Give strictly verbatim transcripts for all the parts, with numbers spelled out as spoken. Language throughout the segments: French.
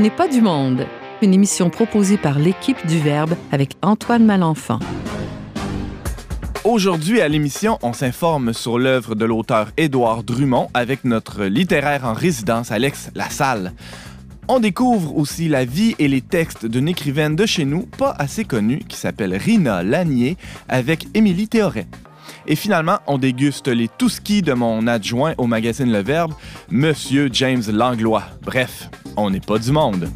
n'est pas du monde, une émission proposée par l'équipe du Verbe avec Antoine Malenfant. Aujourd'hui, à l'émission, on s'informe sur l'œuvre de l'auteur Édouard Drummond avec notre littéraire en résidence, Alex Lassalle. On découvre aussi la vie et les textes d'une écrivaine de chez nous, pas assez connue, qui s'appelle Rina Lanier, avec Émilie Théoret. Et finalement, on déguste les tout-skis de mon adjoint au magazine Le Verbe, Monsieur James Langlois. Bref, on n'est pas du monde.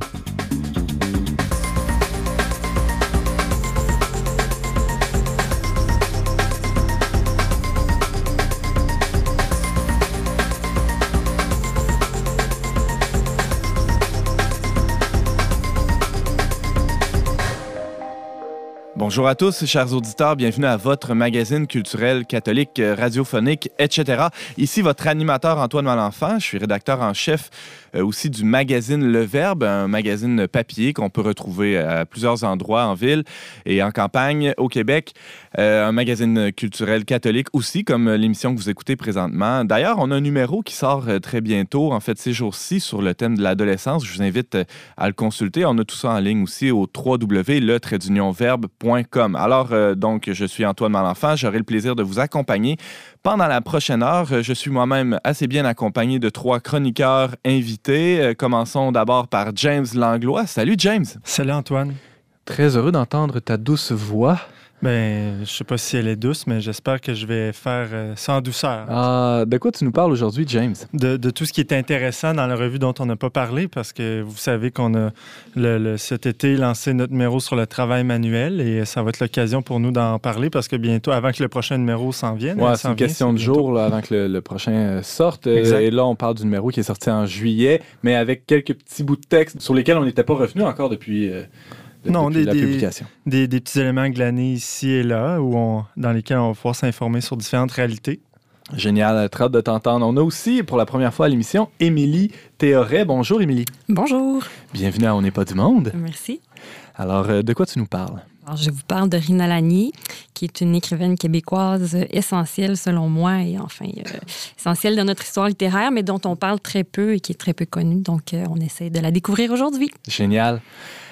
Bonjour à tous, chers auditeurs, bienvenue à votre magazine culturel, catholique, radiophonique, et cetera. Ici votre animateur Antoine Malenfant, je suis rédacteur en chef euh, aussi du magazine Le Verbe, un magazine papier qu'on peut retrouver à plusieurs endroits en ville et en campagne au Québec. Euh, un magazine culturel catholique aussi, comme l'émission que vous écoutez présentement. D'ailleurs, on a un numéro qui sort très bientôt, en fait ces jours-ci, sur le thème de l'adolescence. Je vous invite à le consulter. On a tout ça en ligne aussi au w w w point le trait d'union verbe point com. Alors, euh, donc, je suis Antoine Malenfant. J'aurai le plaisir de vous accompagner pendant la prochaine heure. Je suis moi-même assez bien accompagné de trois chroniqueurs invités. Euh, commençons d'abord par James Langlois. Salut, James. Salut, Antoine. Très heureux d'entendre ta douce voix. Ben, je sais pas si elle est douce, mais j'espère que je vais faire euh, ça en douceur. Ah, de quoi tu nous parles aujourd'hui, James? De, de tout ce qui est intéressant dans la revue dont on n'a pas parlé, parce que vous savez qu'on a le, le, cet été lancé notre numéro sur le travail manuel et ça va être l'occasion pour nous d'en parler parce que bientôt, avant que le prochain numéro s'en vienne... Ouais, c'est une vient, question c'est de jour là, avant que le, le prochain sorte. Exact. Et là, on parle du numéro qui est sorti en juillet, mais avec quelques petits bouts de texte sur lesquels on n'était pas revenu encore depuis... Euh... De, non, des, la des, publication. Des, des petits éléments glanés ici et là où on, dans lesquels on va pouvoir s'informer sur différentes réalités. Génial, très hâte de t'entendre. On a aussi, pour la première fois à l'émission, Émilie Théoret. Bonjour, Émilie. Bonjour. Bienvenue à On n'est pas du monde. Merci. Alors, de quoi tu nous parles? Alors, je vous parle de Rina Lanier, qui est une écrivaine québécoise essentielle, selon moi, et enfin, euh, essentielle de notre histoire littéraire, mais dont on parle très peu et qui est très peu connue. Donc, euh, on essaie de la découvrir aujourd'hui. Génial.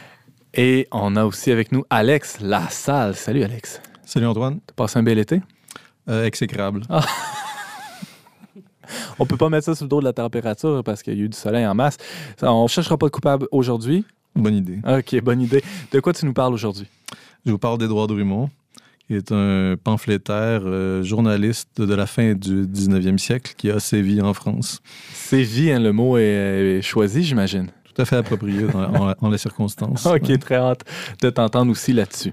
Et on a aussi avec nous Alex Lassalle. Salut, Alex. Salut, Antoine. T'as passé un bel été? Euh, exécrable. Ah. On peut pas mettre ça sur le dos de la température parce qu'il y a eu du soleil en masse. On ne cherchera pas de coupable aujourd'hui. Bonne idée. OK, bonne idée. De quoi tu nous parles aujourd'hui? Je vous parle d'Édouard Drummond, qui est un pamphlétaire, euh, journaliste de la fin du dix-neuvième siècle qui a sévi en France. Sévi, hein, le mot est, est choisi, j'imagine. Tout à fait approprié en, en, en les circonstances. OK, ouais. Très hâte de t'entendre aussi là-dessus.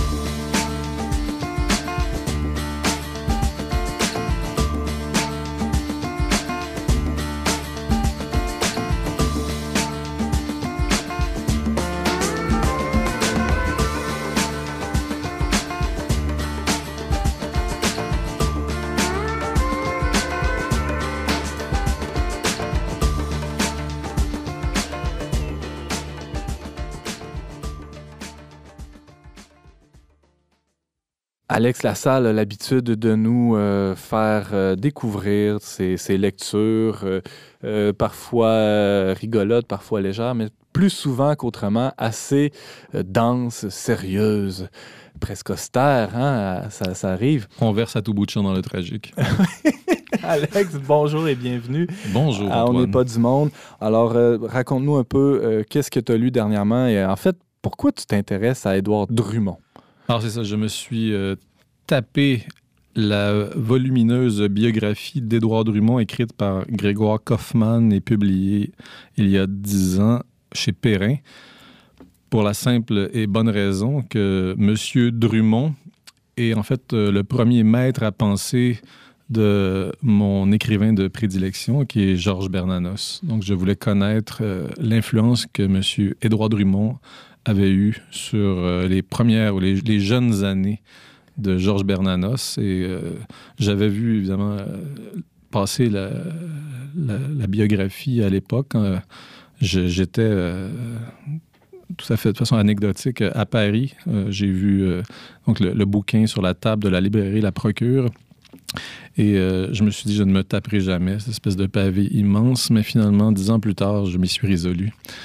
Alex Lassalle a l'habitude de nous euh, faire euh, découvrir ses, ses lectures, euh, euh, parfois euh, rigolotes, parfois légères, mais plus souvent qu'autrement assez euh, denses, sérieuses, presque austères. Hein? Ça, ça arrive. On verse à tout bout de champ dans le tragique. Alex, bonjour et bienvenue. Bonjour, à Antoine. On n'est pas du monde. Alors, euh, raconte-nous un peu euh, qu'est-ce que tu as lu dernièrement et en fait, pourquoi tu t'intéresses à Édouard Drummond? Alors, c'est ça, je me suis euh, tapé la volumineuse biographie d'Édouard Drummond écrite par Grégoire Kaufmann et publiée il y a dix ans chez Perrin, pour la simple et bonne raison que M. Drummond est en fait euh, le premier maître à penser de mon écrivain de prédilection, qui est Georges Bernanos. Donc, je voulais connaître euh, l'influence que M. Édouard Drummond avait eu sur euh, les premières ou les, les jeunes années de Georges Bernanos. Et euh, j'avais vu, évidemment, euh, passer la, la, la biographie à l'époque. Euh, je, j'étais euh, tout à fait de façon anecdotique à Paris. Euh, j'ai vu euh, donc le, le bouquin sur la table de la librairie La Procure. Et euh, je me suis dit, je ne me taperai jamais, cette espèce de pavé immense. Mais finalement, dix ans plus tard, je m'y suis résolu.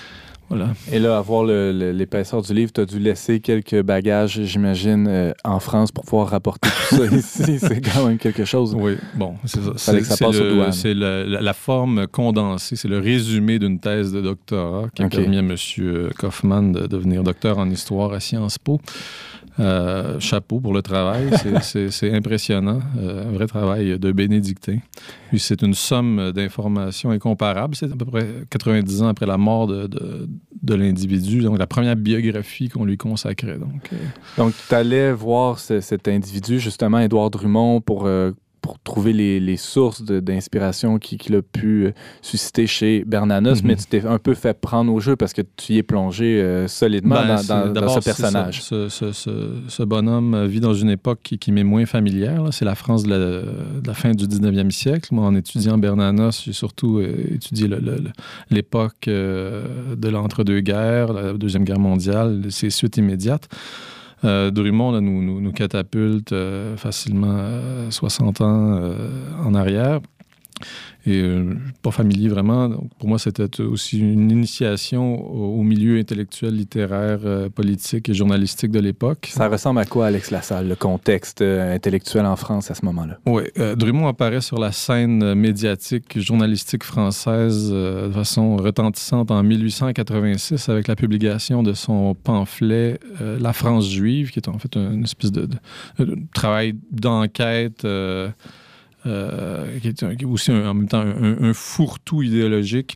Voilà. Et là, avoir le, le, l'épaisseur du livre, tu as dû laisser quelques bagages, j'imagine, euh, en France pour pouvoir rapporter tout ça ici. C'est quand même quelque chose. Oui, bon, c'est ça. Fallait que ça c'est passe le, aux douanes. C'est le, la, la forme condensée, c'est le résumé d'une thèse de doctorat qui a Okay. permis à M. Kaufmann de devenir docteur en histoire à Sciences Po. Euh, chapeau pour le travail, c'est, c'est, c'est impressionnant. Euh, un vrai travail de bénédictin. Puis c'est une somme d'informations incomparable. C'est à peu près quatre-vingt-dix ans après la mort de, de, de l'individu, donc la première biographie qu'on lui consacrait. Donc, euh... donc tu allais voir ce, cet individu, justement, Édouard Drummond, pour... Euh, pour trouver les, les sources de, d'inspiration qu'il, qu'il a pu euh, susciter chez Bernanos, mm-hmm. mais tu t'es un peu fait prendre au jeu parce que tu y es plongé euh, solidement ben, dans, dans, dans ce personnage. Ce, ce, ce, ce bonhomme vit dans une époque qui, qui m'est moins familière. Là. C'est la France de la, de la fin du dix-neuvième siècle. Moi, en étudiant Bernanos, j'ai surtout euh, étudié le, le, l'époque euh, de l'entre-deux-guerres, la Deuxième Guerre mondiale, ses suites immédiates. Euh, Drummond là, nous, nous, nous catapulte euh, facilement euh, soixante ans euh, en arrière. Et euh, pas familier vraiment. Donc, pour moi, c'était aussi une initiation au, au milieu intellectuel, littéraire, euh, politique et journalistique de l'époque. Ça ressemble à quoi, Alex Lassalle, le contexte euh, intellectuel en France à ce moment-là? Oui. Euh, Drummond apparaît sur la scène médiatique, journalistique française euh, de façon retentissante en dix-huit cent quatre-vingt-six avec la publication de son pamphlet euh, « La France juive », qui est en fait une espèce de, de, de travail d'enquête euh, Euh, qui est aussi un, en même temps un, un fourre-tout idéologique.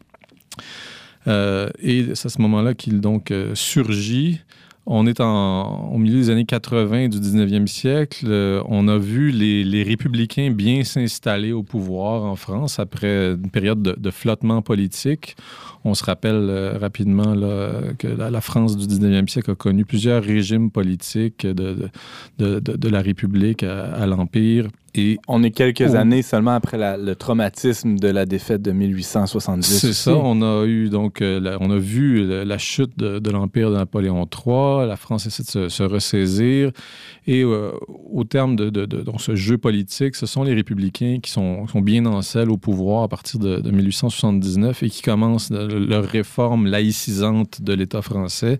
Euh, et c'est à ce moment-là qu'il donc euh, surgit. On est en, au milieu des années quatre-vingts du dix-neuvième siècle. Euh, on a vu les, les républicains bien s'installer au pouvoir en France après une période de, de flottement politique. On se rappelle euh, rapidement là, que la, la France du dix-neuvième siècle a connu plusieurs régimes politiques de, de, de, de la République à, à l'Empire. Et on est quelques oh. années seulement après la, le traumatisme de la défaite de dix-huit cent soixante-dix. C'est aussi. ça. On a eu donc, euh, la, on a vu la, la chute de, de l'Empire de Napoléon trois. La France essaie de se, se ressaisir. Et euh, au terme de, de, de donc, ce jeu politique, ce sont les républicains qui sont, sont bien en selle au pouvoir à partir de, de dix-huit cent soixante-dix-neuf et qui commencent de, leur réforme laïcisante de l'État français.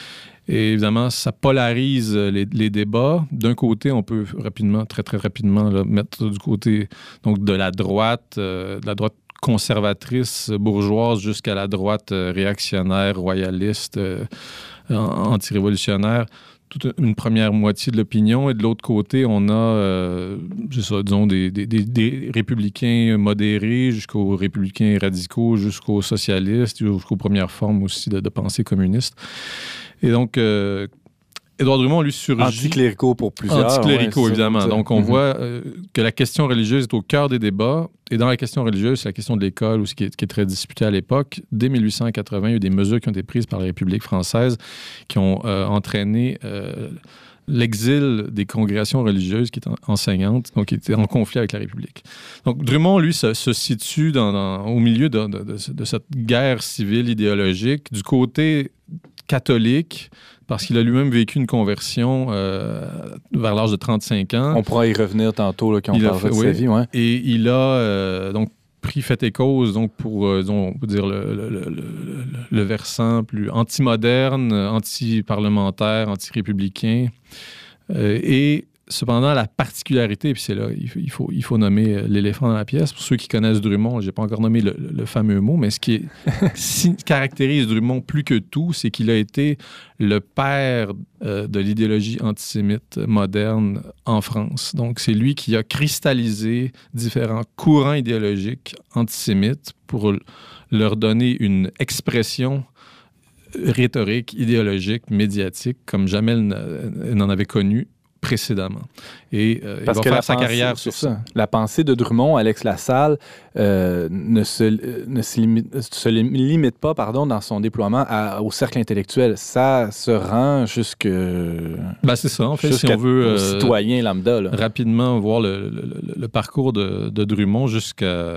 Et évidemment, ça polarise les, les débats. D'un côté, on peut rapidement, très très rapidement, là, mettre du côté donc, de la droite, euh, de la droite conservatrice, bourgeoise, jusqu'à la droite euh, réactionnaire, royaliste, euh, anti-révolutionnaire. Toute une première moitié de l'opinion. Et de l'autre côté, on a, euh, c'est ça, disons, des, des, des, des républicains modérés jusqu'aux républicains radicaux, jusqu'aux socialistes, jusqu'aux premières formes aussi de, de pensée communiste. Et donc, euh, Édouard Drummond, lui, surgit... Anticléricaux pour plusieurs. Anticléricaux, ouais, évidemment. Donc, on mm-hmm. voit euh, que la question religieuse est au cœur des débats. Et dans la question religieuse, c'est la question de l'école aussi qui est, qui est très disputée à l'époque. Dès dix-huit cent quatre-vingts, il y a eu des mesures qui ont été prises par la République française qui ont euh, entraîné euh, l'exil des congrégations religieuses qui étaient enseignantes, donc qui étaient en conflit avec la République. Donc, Drummond, lui, se, se situe dans, dans, au milieu de, de, de, de cette guerre civile idéologique du côté catholique, parce qu'il a lui-même vécu une conversion euh, vers l'âge de trente-cinq ans. On pourra y revenir tantôt là, quand il on parlera fait, de oui. sa vie. Ouais. Et il a euh, donc pris fait et cause donc, pour euh, disons, on peut dire le, le, le, le, le versant plus anti-moderne, anti-parlementaire, anti-républicain. Euh, et cependant, la particularité, puis c'est là, il faut, il faut nommer l'éléphant dans la pièce. Pour ceux qui connaissent Drummond, je n'ai pas encore nommé le, le fameux mot, mais ce qui, est, si, caractérise Drummond plus que tout, c'est qu'il a été le père euh, de l'idéologie antisémite moderne en France. Donc, c'est lui qui a cristallisé différents courants idéologiques antisémites pour leur donner une expression rhétorique, idéologique, médiatique, comme jamais elle n'en avait connu précédemment. Et euh, Parce il va que faire la sa pensée, carrière sur ça. ça. La pensée de Drummond, Alex Lassalle, euh, ne, se, euh, ne se, limite, se limite pas pardon, dans son déploiement à, au cercle intellectuel. Ça se rend jusque... Ben, c'est ça, en fait, si on veut... Euh, citoyen lambda. Là. Rapidement voir le, le, le, le parcours de, de Drummond jusqu'à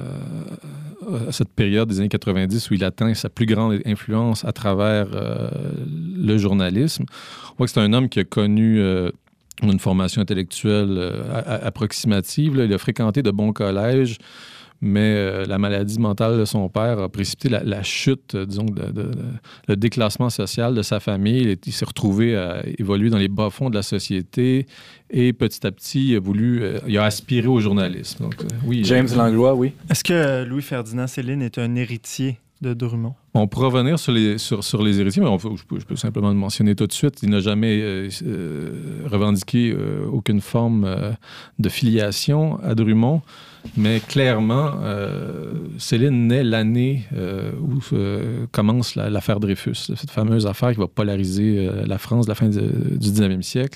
à cette période des années quatre-vingt-dix où il atteint sa plus grande influence à travers euh, le journalisme. On voit que c'est un homme qui a connu... Euh, une formation intellectuelle euh, approximative. Là. Il a fréquenté de bons collèges, mais euh, la maladie mentale de son père a précipité la, la chute, euh, disons, de, de, de, le déclassement social de sa famille. Il, il s'est retrouvé à évoluer dans les bas-fonds de la société et petit à petit, il a voulu, euh, il a aspiré au journalisme. Donc, euh, oui, James euh, Langlois, oui. Est-ce que Louis-Ferdinand Céline est un héritier de Drummond? On pourra revenir sur les, sur, sur les héritiers, mais on, je, peux, je peux simplement le mentionner tout de suite. Il n'a jamais euh, euh, revendiqué euh, aucune forme euh, de filiation à Drummond, mais clairement, euh, Céline naît l'année euh, où euh, commence la, l'affaire Dreyfus, cette fameuse affaire qui va polariser euh, la France de la fin du, du dix-neuvième siècle.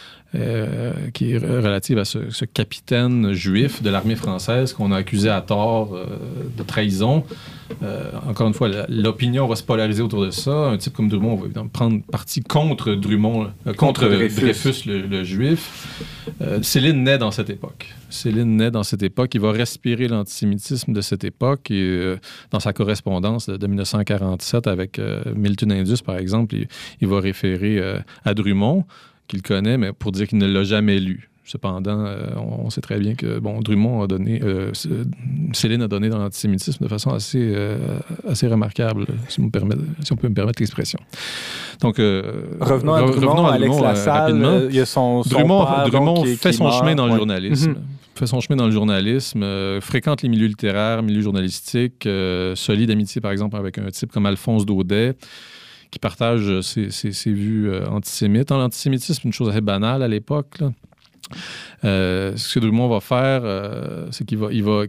Euh, qui est relative à ce, ce capitaine juif de l'armée française qu'on a accusé à tort euh, de trahison. Euh, encore une fois, la, l'opinion va se polariser autour de ça. Un type comme Drummond va évidemment prendre parti contre Drummond, euh, contre, contre Dreyfus, Dreyfus le, le juif. Euh, Céline naît dans cette époque. Céline naît dans cette époque. Il va respirer l'antisémitisme de cette époque. Et, euh, dans sa correspondance de, de dix-neuf cent quarante-sept avec euh, Milton Indus, par exemple, il, il va référer euh, à Drummond, qu'il connaît, mais pour dire qu'il ne l'a jamais lu. Cependant, euh, on sait très bien que bon, Drummond a donné, euh, Céline a donné dans l'antisémitisme de façon assez, euh, assez remarquable, si on, permet, si on peut me permettre l'expression. Donc, euh, revenons à Drummond, revenons à Alex Drummond, Lassalle, euh, il y a son, son Drummond, père, Drummond donc, qui, fait qui son meurt, chemin dans ouais. le journalisme. Mm-hmm. fait son chemin dans le journalisme, euh, fréquente les milieux littéraires, milieux journalistiques, euh, solide d'amitié, par exemple, avec un type comme Alphonse Daudet, qui partage ses, ses, ses vues euh, antisémites. Dans l'antisémitisme, une chose assez banale à l'époque. Là. Euh, ce que Drummond va faire, euh, c'est qu'il va, il va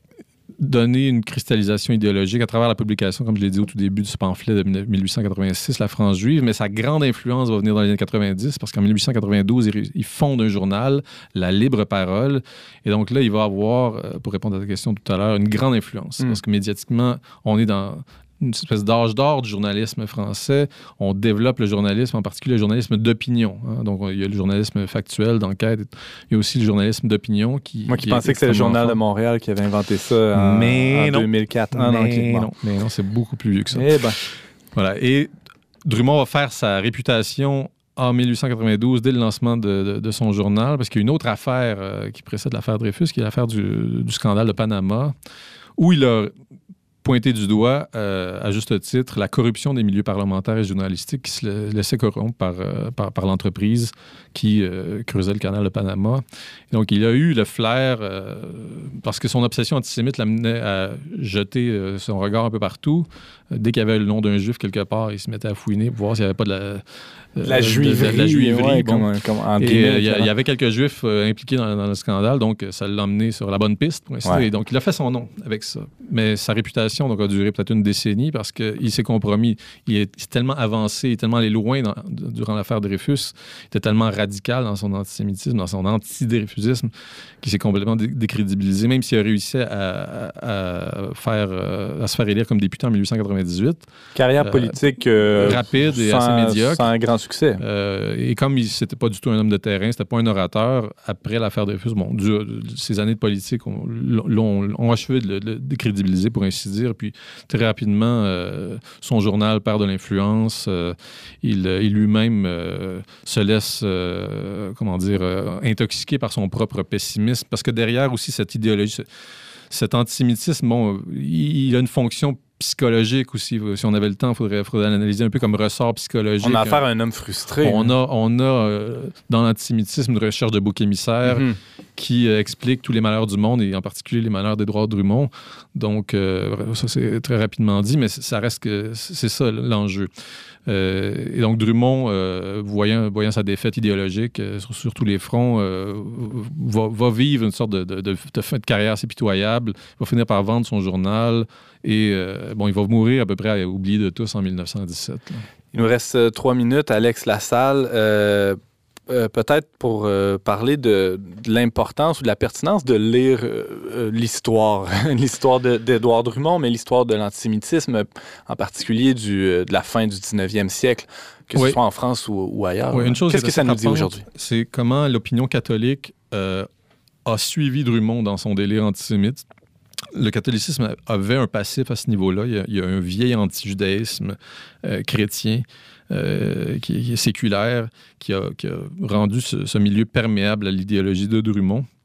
donner une cristallisation idéologique à travers la publication, comme je l'ai dit au tout début de ce pamphlet de mille huit cent quatre-vingt-six, La France juive, mais sa grande influence va venir dans les années quatre-vingt-dix, parce qu'en mille huit cent quatre-vingt-douze, il, il fonde un journal, La Libre Parole, et donc là, il va avoir, pour répondre à ta question tout à l'heure, une grande influence, mm. parce que médiatiquement, on est dans une espèce d'âge d'or du journalisme français. On développe le journalisme, en particulier le journalisme d'opinion. Hein. Donc, il y a le journalisme factuel, d'enquête. Il y a aussi le journalisme d'opinion qui... Moi qui, qui pensais que c'était le Journal fort. de Montréal qui avait inventé ça en, mais en non. deux mille quatre. Mais, ah, non, non, okay. bon. non, mais non, c'est beaucoup plus vieux que ça. Eh ben. Voilà. Et Drummond va faire sa réputation en mille huit cent quatre-vingt-douze, dès le lancement de, de, de son journal, parce qu'il y a une autre affaire euh, qui précède l'affaire Dreyfus, qui est l'affaire du, du scandale de Panama, où il a pointé du doigt, euh, à juste titre, la corruption des milieux parlementaires et journalistiques qui se laissaient corrompre par, euh, par, par l'entreprise qui euh, creusait le canal de Panama. Et donc, il a eu le flair, euh, parce que son obsession antisémite l'amenait à jeter euh, son regard un peu partout. Dès qu'il y avait le nom d'un juif quelque part, il se mettait à fouiner pour voir s'il n'y avait pas de la... Euh, la juiverie. De, de la juiverie. Ouais, bon. comme, comme en et il euh, y, y avait quelques juifs euh, impliqués dans, dans le scandale, donc ça l'a emmené sur la bonne piste, pour ainsi dire. Et donc, il a fait son nom avec ça. Mais sa réputation donc, a duré peut-être une décennie parce qu'il s'est compromis. Il est, il est tellement avancé, il est tellement allé loin dans, durant l'affaire Dreyfus, il était tellement radical dans son antisémitisme, dans son anti-dreyfusisme, qu'il s'est complètement dé- décrédibilisé, même s'il a réussi à, à, à, faire, à se faire élire comme député en mille huit cent quatre-vingt-dix-huit. Carrière politique euh, rapide et sans, assez médiocre. Sans grand succès. Euh, et comme il n'était pas du tout un homme de terrain, c'était pas un orateur, après l'affaire Dreyfus, bon, du, ces années de politique ont, l'ont, ont achevé de le, de le décrédibiliser, pour ainsi dire. Puis très rapidement, euh, son journal perd de l'influence. Euh, il, il lui-même euh, se laisse, euh, comment dire, euh, intoxiquer par son propre pessimisme. Parce que derrière aussi cette idéologie, cet antisémitisme, bon, il, il a une fonction psychologique aussi. Si on avait le temps, il faudrait, faudrait l'analyser un peu comme ressort psychologique. On a affaire à un homme frustré. On a, on a euh, dans l'antisémitisme, une recherche de bouc émissaire mm-hmm. qui euh, explique tous les malheurs du monde et en particulier les malheurs d'Édouard Drummond. Donc, euh, ça, c'est très rapidement dit, mais ça reste que c'est ça l'enjeu. Euh, et donc, Drummond, euh, voyant, voyant sa défaite idéologique euh, sur, sur tous les fronts, euh, va, va vivre une sorte de, de, de, de fin de carrière assez pitoyable. Il va finir par vendre son journal et euh, bon, il va mourir à peu près oublié de tous en mille neuf cent dix-sept. Là. Il nous reste euh, trois minutes. Alex Lassalle, euh, euh, peut-être pour euh, parler de, de l'importance ou de la pertinence de lire euh, l'histoire, l'histoire de, d'Édouard Drummond, mais l'histoire de l'antisémitisme, en particulier du, de la fin du dix-neuvième siècle, que ce oui. soit en France ou, ou ailleurs. Oui, une chose Qu'est-ce que ça nous dit aujourd'hui? C'est comment l'opinion catholique euh, a suivi Drummond dans son délire antisémite. Le catholicisme avait un passif à ce niveau-là. Il y a, il y a un vieil anti-judaïsme euh, chrétien euh, qui, qui est séculaire, qui a, qui a rendu ce, ce milieu perméable à l'idéologie de Drummond.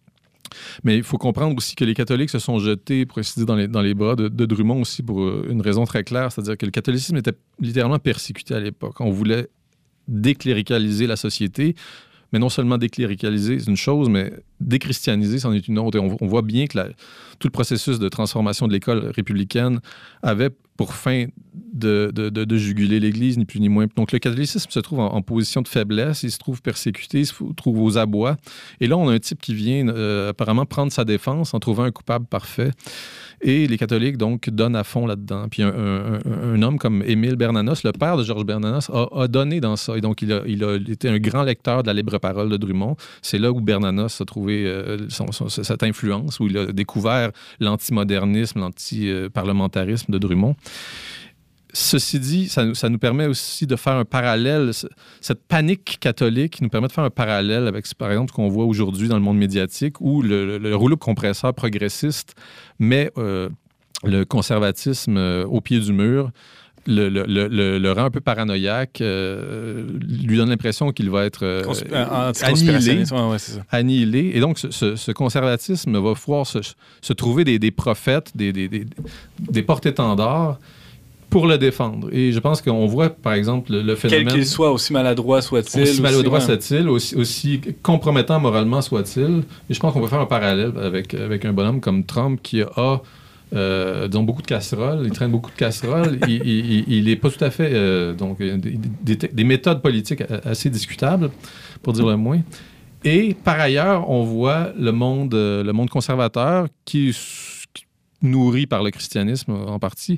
Mais il faut comprendre aussi que les catholiques se sont jetés, pour ainsi dire, dans les, dans les bras de, de Drummond aussi pour une raison très claire, c'est-à-dire que le catholicisme était littéralement persécuté à l'époque. On voulait décléricaliser la société, mais non seulement décléricaliser, c'est une chose, mais déchristianiser, c'en est une autre. Et on, on voit bien que la, tout le processus de transformation de l'école républicaine avait pour fin de, de, de, de juguler l'Église, ni plus ni moins. Donc le catholicisme se trouve en, en position de faiblesse, il se trouve persécuté, il se trouve aux abois. Et là, on a un type qui vient euh, apparemment prendre sa défense en trouvant un coupable parfait. Et les catholiques, donc, donnent à fond là-dedans. Puis un, un, un, un homme comme Émile Bernanos, le père de Georges Bernanos, a, a donné dans ça. Et donc, il a, il a été un grand lecteur de la libre parole de Drummond. C'est là où Bernanos a trouvé euh, son, son, cette influence, où il a découvert l'antimodernisme, l'anti-parlementarisme de Drummond. Ceci dit, ça, ça nous permet aussi de faire un parallèle. Cette panique catholique nous permet de faire un parallèle avec, par exemple, ce qu'on voit aujourd'hui dans le monde médiatique, où le, le, le rouleau compresseur progressiste met euh, le conservatisme euh, au pied du mur, le, le, le, le rend un peu paranoïaque, euh, lui donne l'impression qu'il va être euh, Consp- annihilé, ouais, ouais, c'est ça. annihilé. Et donc, ce, ce, ce conservatisme va pouvoir se, se trouver des, des prophètes, des, des, des, des porte-étendards pour le défendre. Et je pense qu'on voit, par exemple, le phénomène... Quel qu'il soit, aussi maladroit soit-il. Aussi maladroit aussi, ouais. soit-il, aussi, aussi compromettant moralement soit-il. Et je pense qu'on peut faire un parallèle avec, avec un bonhomme comme Trump qui a, euh, disons, beaucoup de casseroles. Il traîne beaucoup de casseroles. il n'est pas tout à fait... Euh, donc, des, des, des méthodes politiques assez discutables, pour dire le moins. Et par ailleurs, on voit le monde, le monde conservateur qui est nourri par le christianisme en partie,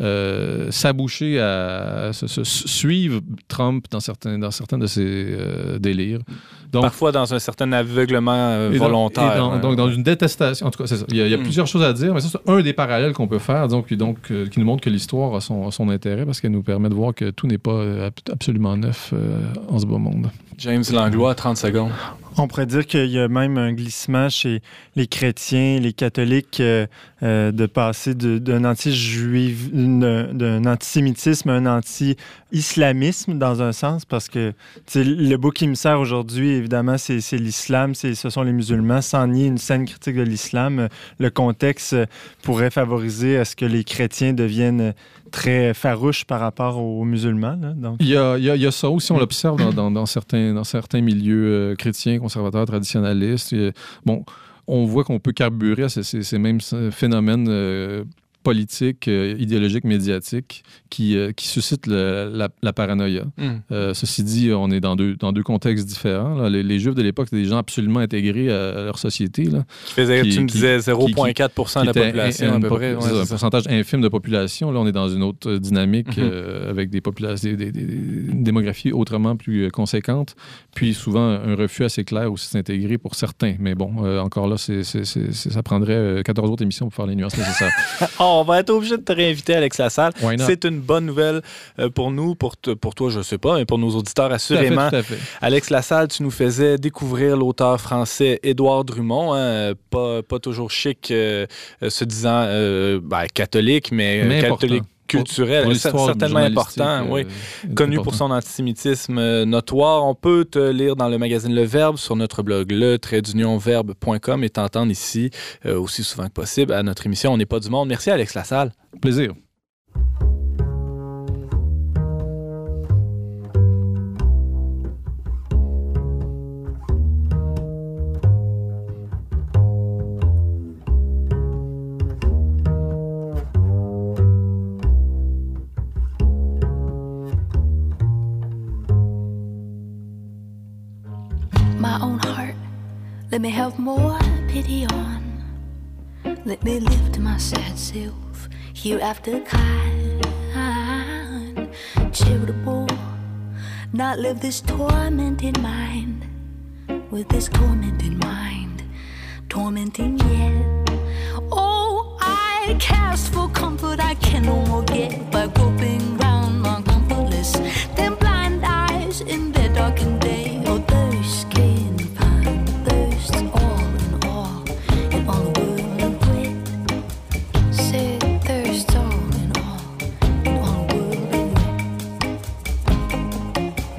Euh, s'aboucher à, à se, se, suivre Trump dans certains, dans certains de ses euh, délires. Donc, parfois dans un certain aveuglement euh, volontaire. Dans, hein. Donc, dans une détestation. En tout cas, c'est ça. Il y a, il y a mm. plusieurs choses à dire, mais ça, c'est un des parallèles qu'on peut faire, donc, donc, euh, qui nous montre que l'histoire a son, a son intérêt parce qu'elle nous permet de voir que tout n'est pas euh, absolument neuf euh, en ce beau monde. James Langlois, trente secondes. On pourrait dire qu'il y a même un glissement chez les chrétiens, les catholiques, euh, euh, de passer de, d'un anti-juif, d'un antisémitisme à un anti-islamisme dans un sens, parce que le bouc émissaire aujourd'hui, évidemment, c'est, c'est l'islam, c'est, ce sont les musulmans. Sans nier une saine critique de l'islam, le contexte pourrait favoriser à ce que les chrétiens deviennent très farouches par rapport aux musulmans. Là, donc. Il, y a, il, y a, il y a ça aussi, on l'observe dans, dans, dans, certains, dans certains milieux euh, chrétiens, conservateurs, traditionnalistes. Et, bon, on voit qu'on peut carburer à ces, ces, ces mêmes phénomènes euh, politiques, euh, idéologiques, médiatiques qui, euh, qui suscitent le, la, la paranoïa. Mm. Euh, ceci dit, on est dans deux, dans deux contextes différents. Là. Les, les Juifs de l'époque étaient des gens absolument intégrés à, à leur société. Là, qui faisait, qui, tu me disais, zéro virgule quatre pour cent de la population, un, à peu près. Ouais, c'est un pourcentage infime de population. Là, on est dans une autre dynamique mm-hmm. euh, avec des populations, des, des, des, une démographie autrement plus conséquente, puis souvent un refus assez clair aussi de s'intégrer pour certains. Mais bon, euh, encore là, c'est, c'est, c'est, c'est, ça prendrait quatorze autres émissions pour faire les nuances nécessaires. oh, on va être obligé de te réinviter, Alex Lassalle. C'est une bonne nouvelle euh, pour nous, pour, te, pour toi, je ne sais pas, mais pour nos auditeurs, assurément. Tout à fait, tout à fait. Alex Lassalle, tu nous faisais découvrir l'auteur français Édouard Drummond, hein, pas, pas toujours chic, euh, se disant euh, ben, catholique, mais, mais euh, catholique. Culturel, pour, pour certainement important, euh, oui. Connu important. Pour son antisémitisme euh, notoire. On peut te lire dans le magazine Le Verbe, sur notre blog le trait d'union verbe point com et t'entendre ici euh, aussi souvent que possible à notre émission On n'est pas du monde. Merci Alex Lassalle. Plaisir. Let me have more pity on. Let me lift my sad self hereafter kind, charitable. Not live this torment in mind, with this torment in mind, tormenting yet. Oh, I cast for comfort I can no more get by groping round my comfortless. Them blind eyes in their darkened day, oh thirst can all in all, in all the world of wit. Say thirst all in all, in all the world of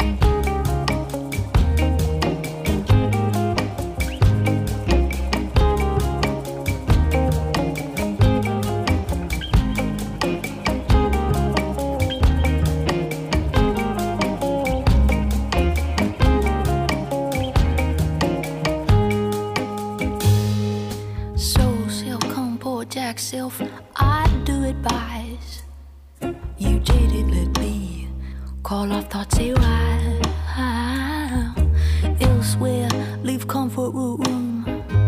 wit. exact self, I'd do advise you did it, let me call off thoughts a while. Elsewhere, leave comfort room,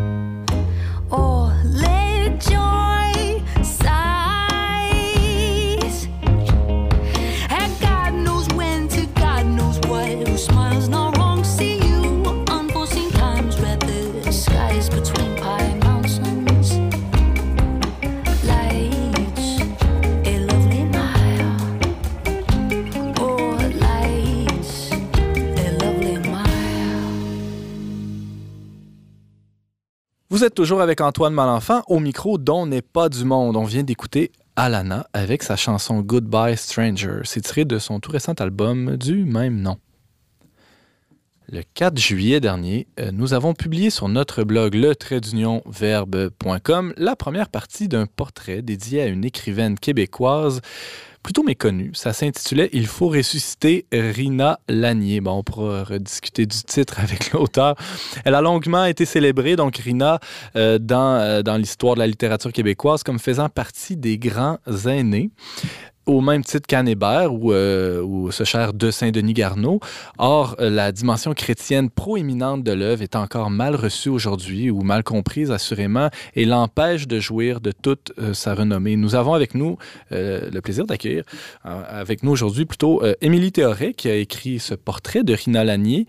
or let joy size. And God knows when to God knows what. Who smiles not wrong, see you. Unforeseen times, red the skies between pine mountains. Lights, a lovely mile. Oh, lights, a lovely mile. Vous êtes toujours avec Antoine Malenfant au micro dont n'est pas du monde. On vient d'écouter Alana avec sa chanson Goodbye Stranger. C'est tiré de son tout récent album du même nom. Le quatre juillet dernier, nous avons publié sur notre blog le trait d'union verbe point com la première partie d'un portrait dédié à une écrivaine québécoise plutôt méconnue. Ça s'intitulait « Il faut ressusciter Rina Lanier ». Bon, on pourra rediscuter du titre avec l'auteur. Elle a longuement été célébrée, donc Rina, euh, dans, euh, dans l'histoire de la littérature québécoise comme faisant partie des grands aînés, au même titre qu'Anne Hébert ou, euh, ou ce cher de Saint-Denis Garneau. Or, la dimension chrétienne proéminente de l'œuvre est encore mal reçue aujourd'hui ou mal comprise assurément et l'empêche de jouir de toute euh, sa renommée. Nous avons avec nous euh, le plaisir d'accueillir euh, avec nous aujourd'hui plutôt euh, Émilie Théoret qui a écrit ce portrait de Rina Lanier.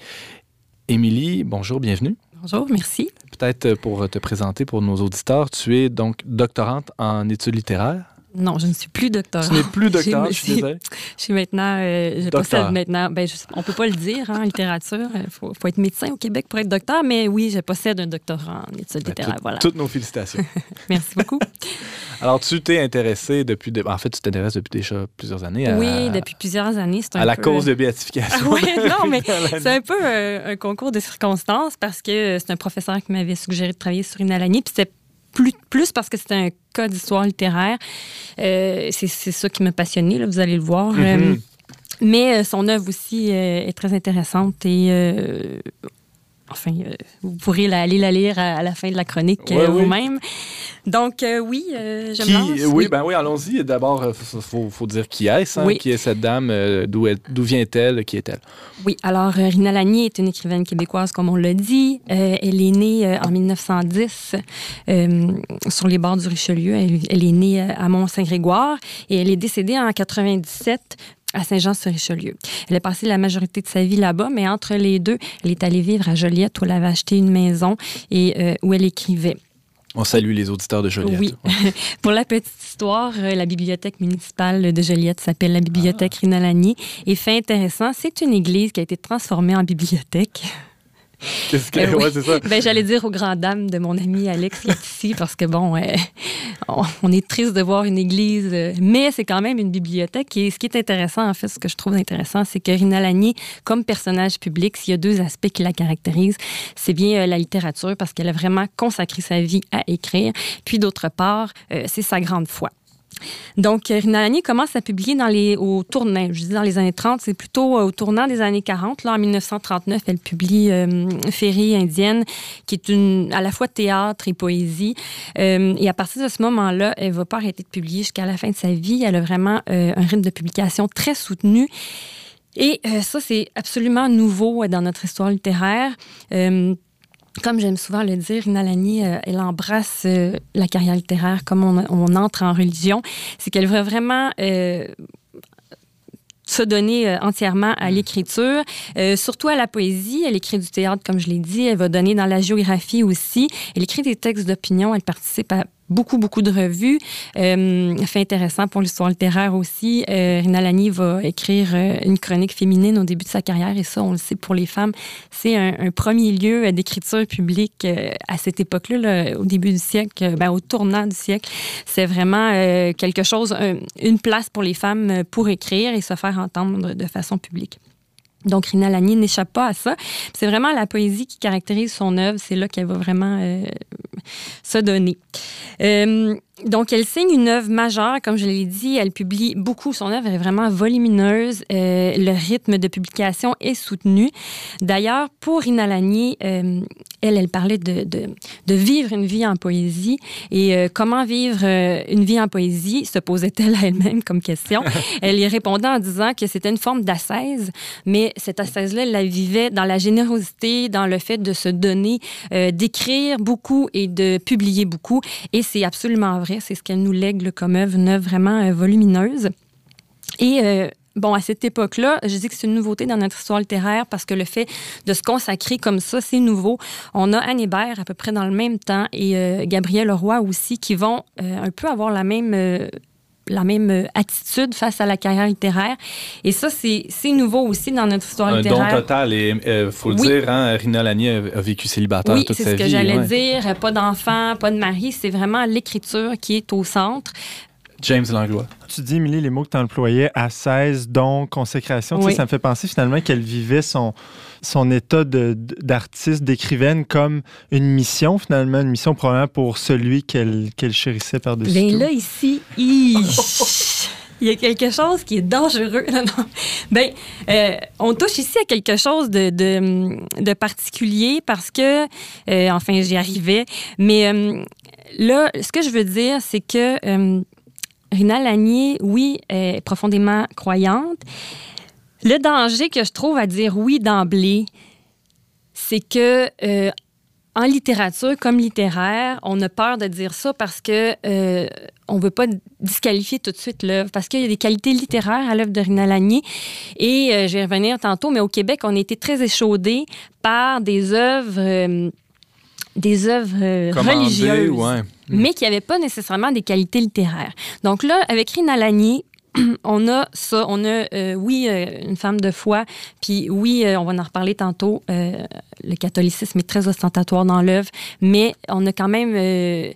Émilie, bonjour, bienvenue. Bonjour, merci. Peut-être pour te présenter pour nos auditeurs, tu es donc doctorante en études littéraires. Non, je ne suis plus doctorante. Tu n'es plus doctorante, je suis désolée. Je suis maintenant, euh, je Docteur. possède maintenant, ben, je, on ne peut pas le dire hein, en littérature, il faut, faut être médecin au Québec pour être docteur, mais oui, je possède un doctorat en études Ben, littéraires. tout, Voilà. Toutes nos félicitations. Merci beaucoup. Alors, tu t'es intéressée depuis... De... En fait, tu t'intéresses depuis déjà plusieurs années à... Oui, depuis plusieurs années. C'est un à la peu... cause de béatification. Oui, non, mais c'est un peu euh, un concours de circonstances parce que c'est un professeur qui m'avait suggéré de travailler sur Rina Lanier, puis c'était Plus, plus parce que c'était un cas d'histoire littéraire. Euh, c'est, c'est ça qui m'a passionnée, là, vous allez le voir. Mm-hmm. Euh, mais euh, son œuvre aussi euh, est très intéressante et euh, enfin, euh, vous pourrez la, aller la lire à, à la fin de la chronique ouais, euh, oui. vous-même. Donc, euh, oui, euh, je Qui, me lance. oui, Oui, ben oui, allons-y. D'abord, il faut, faut, faut dire qui est-ce, hein, Oui. qui est cette dame, euh, d'où, elle, d'où vient-elle, qui est-elle? Oui, alors euh, Rina Lanier est une écrivaine québécoise, comme on l'a dit. Euh, elle est née euh, en dix-neuf cent dix euh, sur les bords du Richelieu. Elle, elle est née euh, à Mont-Saint-Grégoire et elle est décédée en quatre-vingt-dix-sept à Saint-Jean-sur-Richelieu. Elle a passé la majorité de sa vie là-bas, mais entre les deux, elle est allée vivre à Joliette où elle avait acheté une maison et euh, où elle écrivait. On salue les auditeurs de Joliette. Oui. Ouais. Pour la petite histoire, euh, la bibliothèque municipale de Joliette s'appelle la bibliothèque Rina Lanier. Et fait intéressant, c'est une église qui a été transformée en bibliothèque. Qu'est-ce que... Euh, oui. ouais, c'est ça. Ben, j'allais dire aux grandes dames de mon ami Alex qui est ici, parce que bon, euh, on, on est triste de voir une église, euh, mais c'est quand même une bibliothèque. Et ce qui est intéressant, en fait, ce que je trouve intéressant, c'est que Rina Lanier, comme personnage public, s'il y a deux aspects qui la caractérisent, c'est bien euh, la littérature, parce qu'elle a vraiment consacré sa vie à écrire. Puis d'autre part, euh, c'est sa grande foi. Donc, Rina Lanier commence à publier dans les, au tournant, je dis dans les années trente, c'est plutôt au tournant des années quarante. Là, en dix-neuf cent trente-neuf, elle publie euh, Féerie indienne, qui est une, à la fois théâtre et poésie. Euh, et à partir de ce moment-là, elle ne va pas arrêter de publier jusqu'à la fin de sa vie. Elle a vraiment euh, un rythme de publication très soutenu. Et euh, ça, c'est absolument nouveau dans notre histoire littéraire. Euh, Comme j'aime souvent le dire, Rina Lanier, euh, elle embrasse euh, la carrière littéraire comme on, on entre en religion. C'est qu'elle veut vraiment euh, se donner euh, entièrement à l'écriture, euh, surtout à la poésie. Elle écrit du théâtre, comme je l'ai dit. Elle va donner dans la géographie aussi. Elle écrit des textes d'opinion. Elle participe à beaucoup, beaucoup de revues. Euh, fait intéressant pour l'histoire littéraire aussi. Euh, Rina Lanier va écrire euh, une chronique féminine au début de sa carrière, et ça, on le sait, pour les femmes, c'est un, un premier lieu d'écriture publique euh, à cette époque-là, là, au début du siècle, ben, au tournant du siècle. C'est vraiment euh, quelque chose, un, une place pour les femmes pour écrire et se faire entendre de façon publique. Donc, Rina Lanier n'échappe pas à ça. C'est vraiment la poésie qui caractérise son œuvre. C'est là qu'elle va vraiment euh, se donner. Euh, donc, elle signe une œuvre majeure, comme je l'ai dit. Elle publie beaucoup. Son œuvre est vraiment volumineuse. Euh, le rythme de publication est soutenu. D'ailleurs, pour Rina Lanier, euh, elle, elle parlait de, de, de vivre une vie en poésie. Et euh, comment vivre euh, une vie en poésie, se posait-elle à elle-même comme question. Elle y répondait en disant que c'était une forme d'ascèse, mais cette ascèse-là, elle la vivait dans la générosité, dans le fait de se donner, euh, d'écrire beaucoup et de publier beaucoup. Et c'est absolument vrai. C'est ce qu'elle nous lègue là, comme œuvre, une œuvre vraiment euh, volumineuse. Et euh, bon, à cette époque-là, je dis que c'est une nouveauté dans notre histoire littéraire parce que le fait de se consacrer comme ça, c'est nouveau. On a Anne Hébert à peu près dans le même temps et euh, Gabriel Leroy aussi qui vont euh, un peu avoir la même... Euh, la même attitude face à la carrière littéraire. Et ça, c'est, c'est nouveau aussi dans notre histoire un littéraire. Un don total. Et il euh, faut le oui. dire, hein, Rina Lanier a, a vécu célibataire oui, toute sa vie. Oui, c'est ce que j'allais ouais. dire. Pas d'enfant, pas de mari. C'est vraiment l'écriture qui est au centre. James Langlois. Tu dis, Émilie, les mots que tu employais, ascèse, don, consécration, oui. Tu sais, ça me fait penser finalement qu'elle vivait son, son état de, d'artiste, d'écrivaine comme une mission, finalement, une mission probablement pour celui qu'elle, qu'elle chérissait par-dessus Bien tout. là, ici, il y a quelque chose qui est dangereux. Non, non. Bien, euh, on touche ici à quelque chose de, de, de particulier parce que, euh, enfin, j'y arrivais, mais euh, là, ce que je veux dire, c'est que euh, Rina Lanier, oui, est profondément croyante. Le danger que je trouve à dire oui d'emblée, c'est que euh, en littérature comme littéraire, on a peur de dire ça parce que euh, on veut pas disqualifier tout de suite l'œuvre parce qu'il y a des qualités littéraires à l'œuvre de Rina Lanier. Et euh, je vais revenir tantôt, mais au Québec, on a été très échaudés par des œuvres... Euh, des œuvres euh, religieuses, ouais. mais qui n'avaient pas nécessairement des qualités littéraires. Donc là, avec Rina Lanier, on a ça, on a, euh, oui, euh, une femme de foi, puis oui, euh, on va en reparler tantôt, euh, le catholicisme est très ostentatoire dans l'œuvre, mais on a quand même... Euh,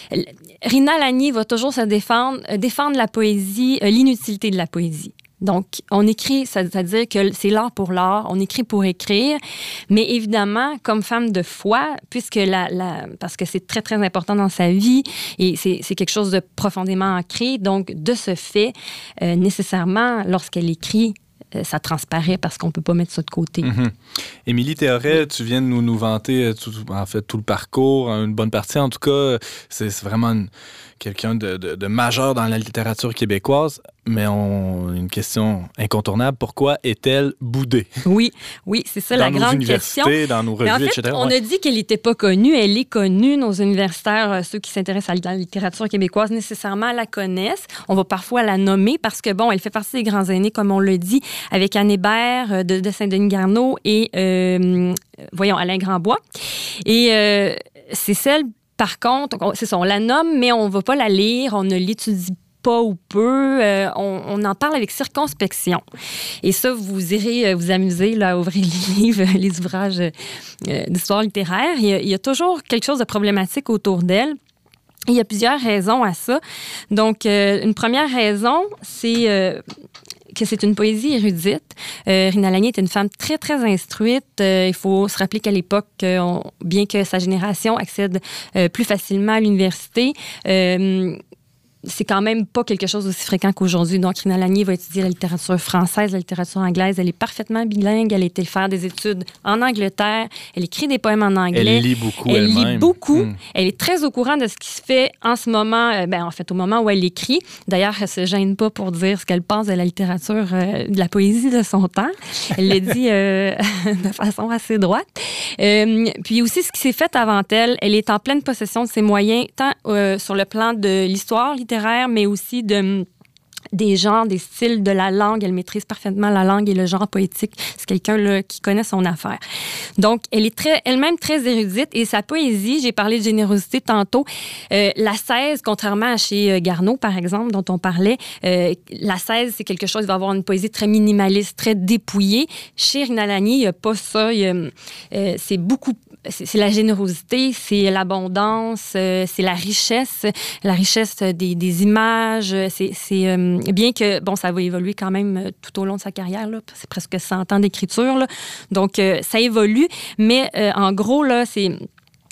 Rina Lanier va toujours se défendre, euh, défendre la poésie, euh, l'inutilité de la poésie. Donc, on écrit, c'est-à-dire que c'est l'art pour l'art, on écrit pour écrire, mais évidemment, comme femme de foi, puisque la, la, parce que c'est très, très important dans sa vie et c'est, c'est quelque chose de profondément ancré, donc de ce fait, euh, nécessairement, lorsqu'elle écrit, euh, ça transparaît parce qu'on ne peut pas mettre ça de côté. Mm-hmm. Émilie Théoret, tu viens de nous, nous vanter tout, en fait, tout le parcours, une bonne partie en tout cas, c'est, c'est vraiment une, quelqu'un de, de, de majeur dans la littérature québécoise. Mais on une question incontournable. Pourquoi est-elle boudée? Oui, oui, c'est ça dans la grande question. Dans nos universités, dans nos revues, en fait, et cetera. On ouais. a dit qu'elle n'était pas connue. Elle est connue. Nos universitaires, ceux qui s'intéressent à la littérature québécoise, nécessairement la connaissent. On va parfois la nommer parce que, bon, elle fait partie des grands aînés, comme on l'a dit, avec Anne Hébert de, de Saint-Denis-Garneau et, euh, voyons, Alain Grandbois. Et euh, c'est celle, par contre, c'est ça, on la nomme, mais on ne va pas la lire, on ne l'étudie pas. pas ou peu, euh, on, on en parle avec circonspection. Et ça, vous irez vous amuser là, à ouvrir les livres, les ouvrages euh, d'histoire littéraire. Il y, a, il y a toujours quelque chose de problématique autour d'elle. Et il y a plusieurs raisons à ça. Donc, euh, une première raison, c'est... Euh, que c'est une poésie érudite. Euh, Rina Lanier est une femme très, très instruite. Euh, il faut se rappeler qu'à l'époque, euh, on, bien que sa génération accède euh, plus facilement à l'université, euh, c'est quand même pas quelque chose aussi fréquent qu'aujourd'hui. Donc, Rina Lanier va étudier la littérature française, la littérature anglaise. Elle est parfaitement bilingue. Elle a été faire des études en Angleterre. Elle écrit des poèmes en anglais. Elle lit beaucoup elle elle-même. Elle lit beaucoup. Mm. Elle est très au courant de ce qui se fait en ce moment, euh, ben, en fait, au moment où elle écrit. D'ailleurs, elle se gêne pas pour dire ce qu'elle pense de la littérature, euh, de la poésie de son temps. Elle le dit euh, de façon assez droite. Euh, puis aussi, ce qui s'est fait avant elle, elle est en pleine possession de ses moyens, tant euh, sur le plan de l'histoire littéraire, mais aussi de, des genres, des styles de la langue. Elle maîtrise parfaitement la langue et le genre poétique. C'est quelqu'un là, qui connaît son affaire. Donc, elle est très, elle-même très érudite et sa poésie, j'ai parlé de générosité tantôt, euh, la seize, contrairement à chez euh, Garneau, par exemple, dont on parlait, euh, la seize, c'est quelque chose qui va avoir une poésie très minimaliste, très dépouillée. Chez Rina Lanier, il n'y a pas ça. Il y a, euh, c'est beaucoup C'est, c'est la générosité, c'est l'abondance, euh, c'est la richesse, la richesse des, des images. C'est, c'est euh, bien que, bon, ça va évoluer quand même tout au long de sa carrière, là, c'est presque cent ans d'écriture, là, donc euh, ça évolue, mais euh, en gros, là, c'est...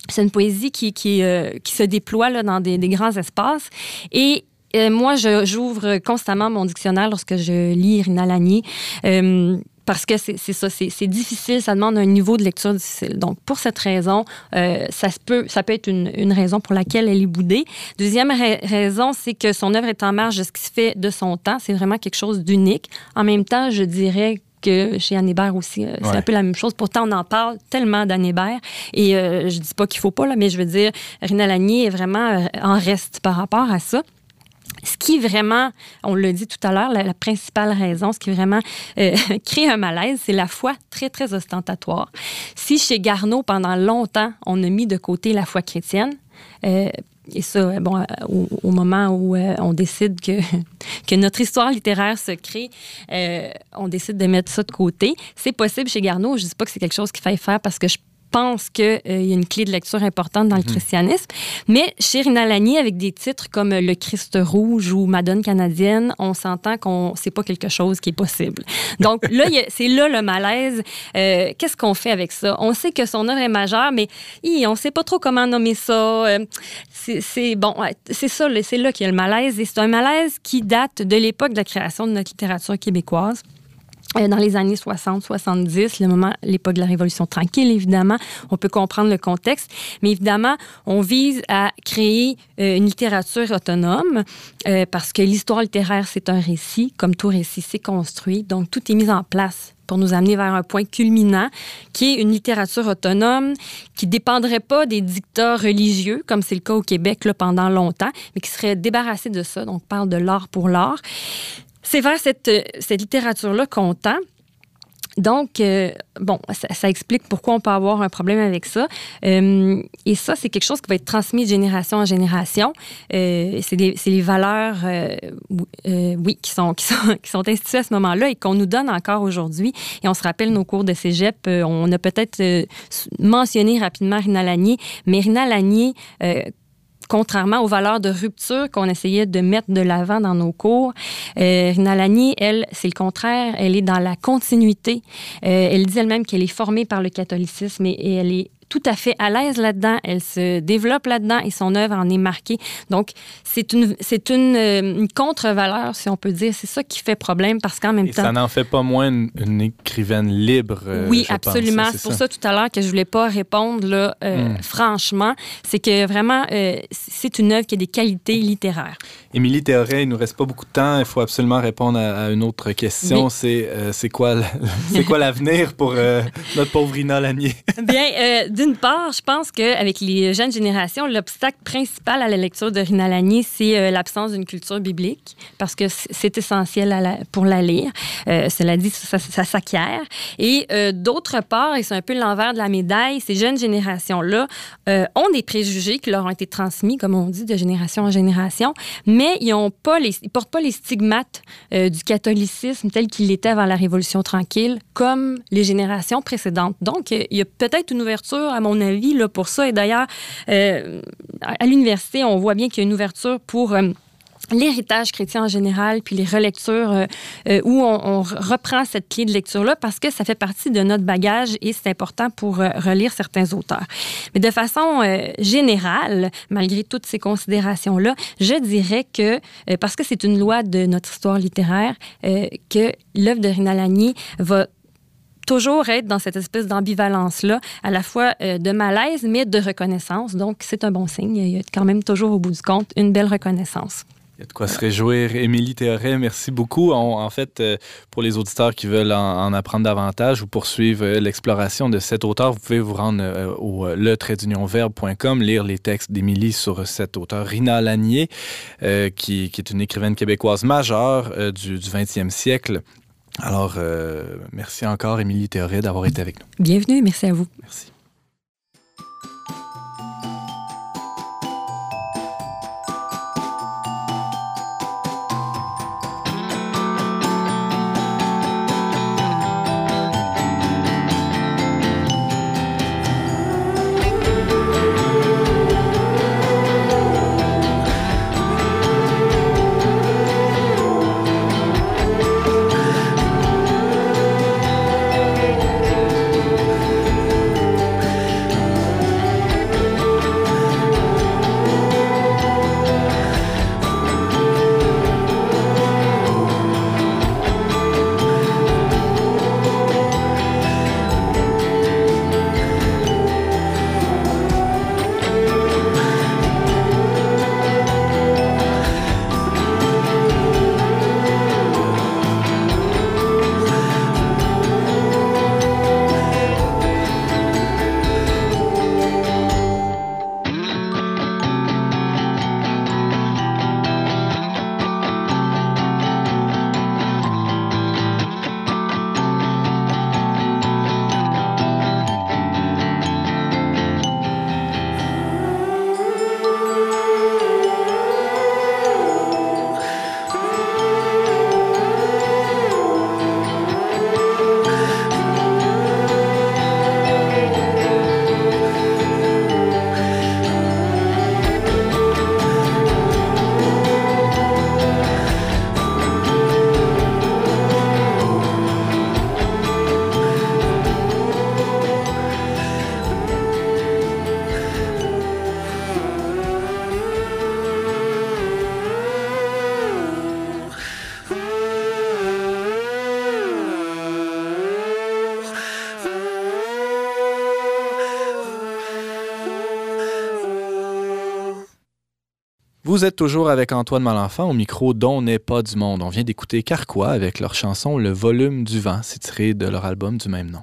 c'est une poésie qui, qui, euh, qui se déploie là, dans des, des grands espaces. Et euh, moi, je, j'ouvre constamment mon dictionnaire lorsque je lis Irina Lanier. Euh, Parce que c'est, c'est ça, c'est, c'est difficile, ça demande un niveau de lecture difficile. Donc, pour cette raison, euh, ça, se peut, ça peut être une, une raison pour laquelle elle est boudée. Deuxième ra- raison, c'est que son œuvre est en marge de ce qui se fait de son temps. C'est vraiment quelque chose d'unique. En même temps, je dirais que chez Anne Hébert aussi, euh, c'est ouais. un peu la même chose. Pourtant, on en parle tellement d'Anne Hébert. Et euh, je dis pas qu'il faut pas, là, mais je veux dire, Irina Lanier est vraiment euh, en reste par rapport à ça. Ce qui vraiment, on l'a dit tout à l'heure, la, la principale raison, ce qui vraiment euh, crée un malaise, c'est la foi très, très ostentatoire. Si chez Garneau, pendant longtemps, on a mis de côté la foi chrétienne, euh, et ça, bon, au, au moment où euh, on décide que, que notre histoire littéraire se crée, euh, on décide de mettre ça de côté. C'est possible chez Garneau. Je ne dis pas que c'est quelque chose qu'il faille faire parce que je pense qu'il euh, y a une clé de lecture importante dans le christianisme. Mais chez Irina Lanier, avec des titres comme Le Christ rouge ou Madone canadienne, on s'entend qu'on c'est pas quelque chose qui est possible. Donc là, y a, c'est là le malaise. Euh, qu'est-ce qu'on fait avec ça? On sait que son œuvre est majeure, mais hi, on sait pas trop comment nommer ça. Euh, c'est, c'est bon, c'est ça, c'est là qu'il y a le malaise. Et c'est un malaise qui date de l'époque de la création de notre littérature québécoise. Dans les années soixante soixante-dix, le moment, l'époque de la Révolution tranquille, évidemment, on peut comprendre le contexte, mais évidemment, on vise à créer euh, une littérature autonome euh, parce que l'histoire littéraire, c'est un récit, comme tout récit, c'est construit, donc tout est mis en place pour nous amener vers un point culminant, qui est une littérature autonome qui ne dépendrait pas des dictats religieux, comme c'est le cas au Québec là, pendant longtemps, mais qui serait débarrassée de ça, donc on parle de l'art pour l'art. C'est vers cette, cette littérature-là qu'on tend. Donc, euh, bon, ça, ça explique pourquoi on peut avoir un problème avec ça. Euh, et ça, c'est quelque chose qui va être transmis de génération en génération. Euh, c'est, des, c'est les valeurs, euh, euh, oui, qui sont, qui, sont, qui sont instituées à ce moment-là et qu'on nous donne encore aujourd'hui. Et on se rappelle nos cours de cégep. Euh, on a peut-être euh, mentionné rapidement Irina Lanier, mais Irina Lanier... Euh, contrairement aux valeurs de rupture qu'on essayait de mettre de l'avant dans nos cours, euh, Irina Lanier, elle, c'est le contraire. Elle est dans la continuité. Euh, elle dit elle-même qu'elle est formée par le catholicisme et, et elle est tout à fait à l'aise là-dedans. Elle se développe là-dedans et son œuvre en est marquée. Donc, c'est une, c'est une, une contre-valeur, si on peut dire. C'est ça qui fait problème parce qu'en même et temps... ça n'en fait pas moins une, une écrivaine libre, euh, oui, je absolument. pense. C'est, c'est pour ça. ça tout à l'heure que je voulais pas répondre là, euh, mm. franchement. C'est que vraiment, euh, c'est une œuvre qui a des qualités littéraires. Émilie Théoret, il nous reste pas beaucoup de temps. Il faut absolument répondre à, à une autre question. Oui. C'est, euh, c'est, quoi, c'est quoi l'avenir pour euh, notre pauvre Irina Lanier? Bien, euh, d'une part, je pense qu'avec les jeunes générations, l'obstacle principal à la lecture de Irina Lanier, c'est euh, l'absence d'une culture biblique, parce que c'est essentiel à la, pour la lire. Euh, cela dit, ça, ça, ça s'acquiert. Et euh, d'autre part, et c'est un peu l'envers de la médaille, ces jeunes générations-là euh, ont des préjugés qui leur ont été transmis, comme on dit, de génération en génération, mais ils ne portent pas les stigmates euh, du catholicisme tel qu'il était avant la Révolution tranquille, comme les générations précédentes. Donc, il y a peut-être une ouverture, à mon avis, là, pour ça. Et d'ailleurs, euh, à l'université, on voit bien qu'il y a une ouverture pour... Euh, l'héritage chrétien en général, puis les relectures euh, euh, où on, on reprend cette clé de lecture-là parce que ça fait partie de notre bagage et c'est important pour euh, relire certains auteurs. Mais de façon euh, générale, malgré toutes ces considérations-là, je dirais que, euh, parce que c'est une loi de notre histoire littéraire, euh, que l'œuvre de Irina Lanier va toujours être dans cette espèce d'ambivalence-là, à la fois euh, de malaise, mais de reconnaissance. Donc, c'est un bon signe. Il y a quand même toujours, au bout du compte, une belle reconnaissance. Il y a de quoi se réjouir. Émilie Théoret, merci beaucoup. On, en fait, euh, pour les auditeurs qui veulent en, en apprendre davantage ou poursuivre euh, l'exploration de cet auteur, vous pouvez vous rendre euh, au euh, le trait d'union verbe point com, lire les textes d'Émilie sur cet auteur, Irina Lanier, euh, qui, qui est une écrivaine québécoise majeure euh, du, du vingtième siècle. Alors, euh, merci encore, Émilie Théoret, d'avoir été avec nous. Bienvenue, merci à vous. Merci. Vous êtes toujours avec Antoine Malenfant au micro d'On n'est pas du monde. On vient d'écouter Carquois avec leur chanson « Le volume du vent ». C'est tiré de leur album du même nom.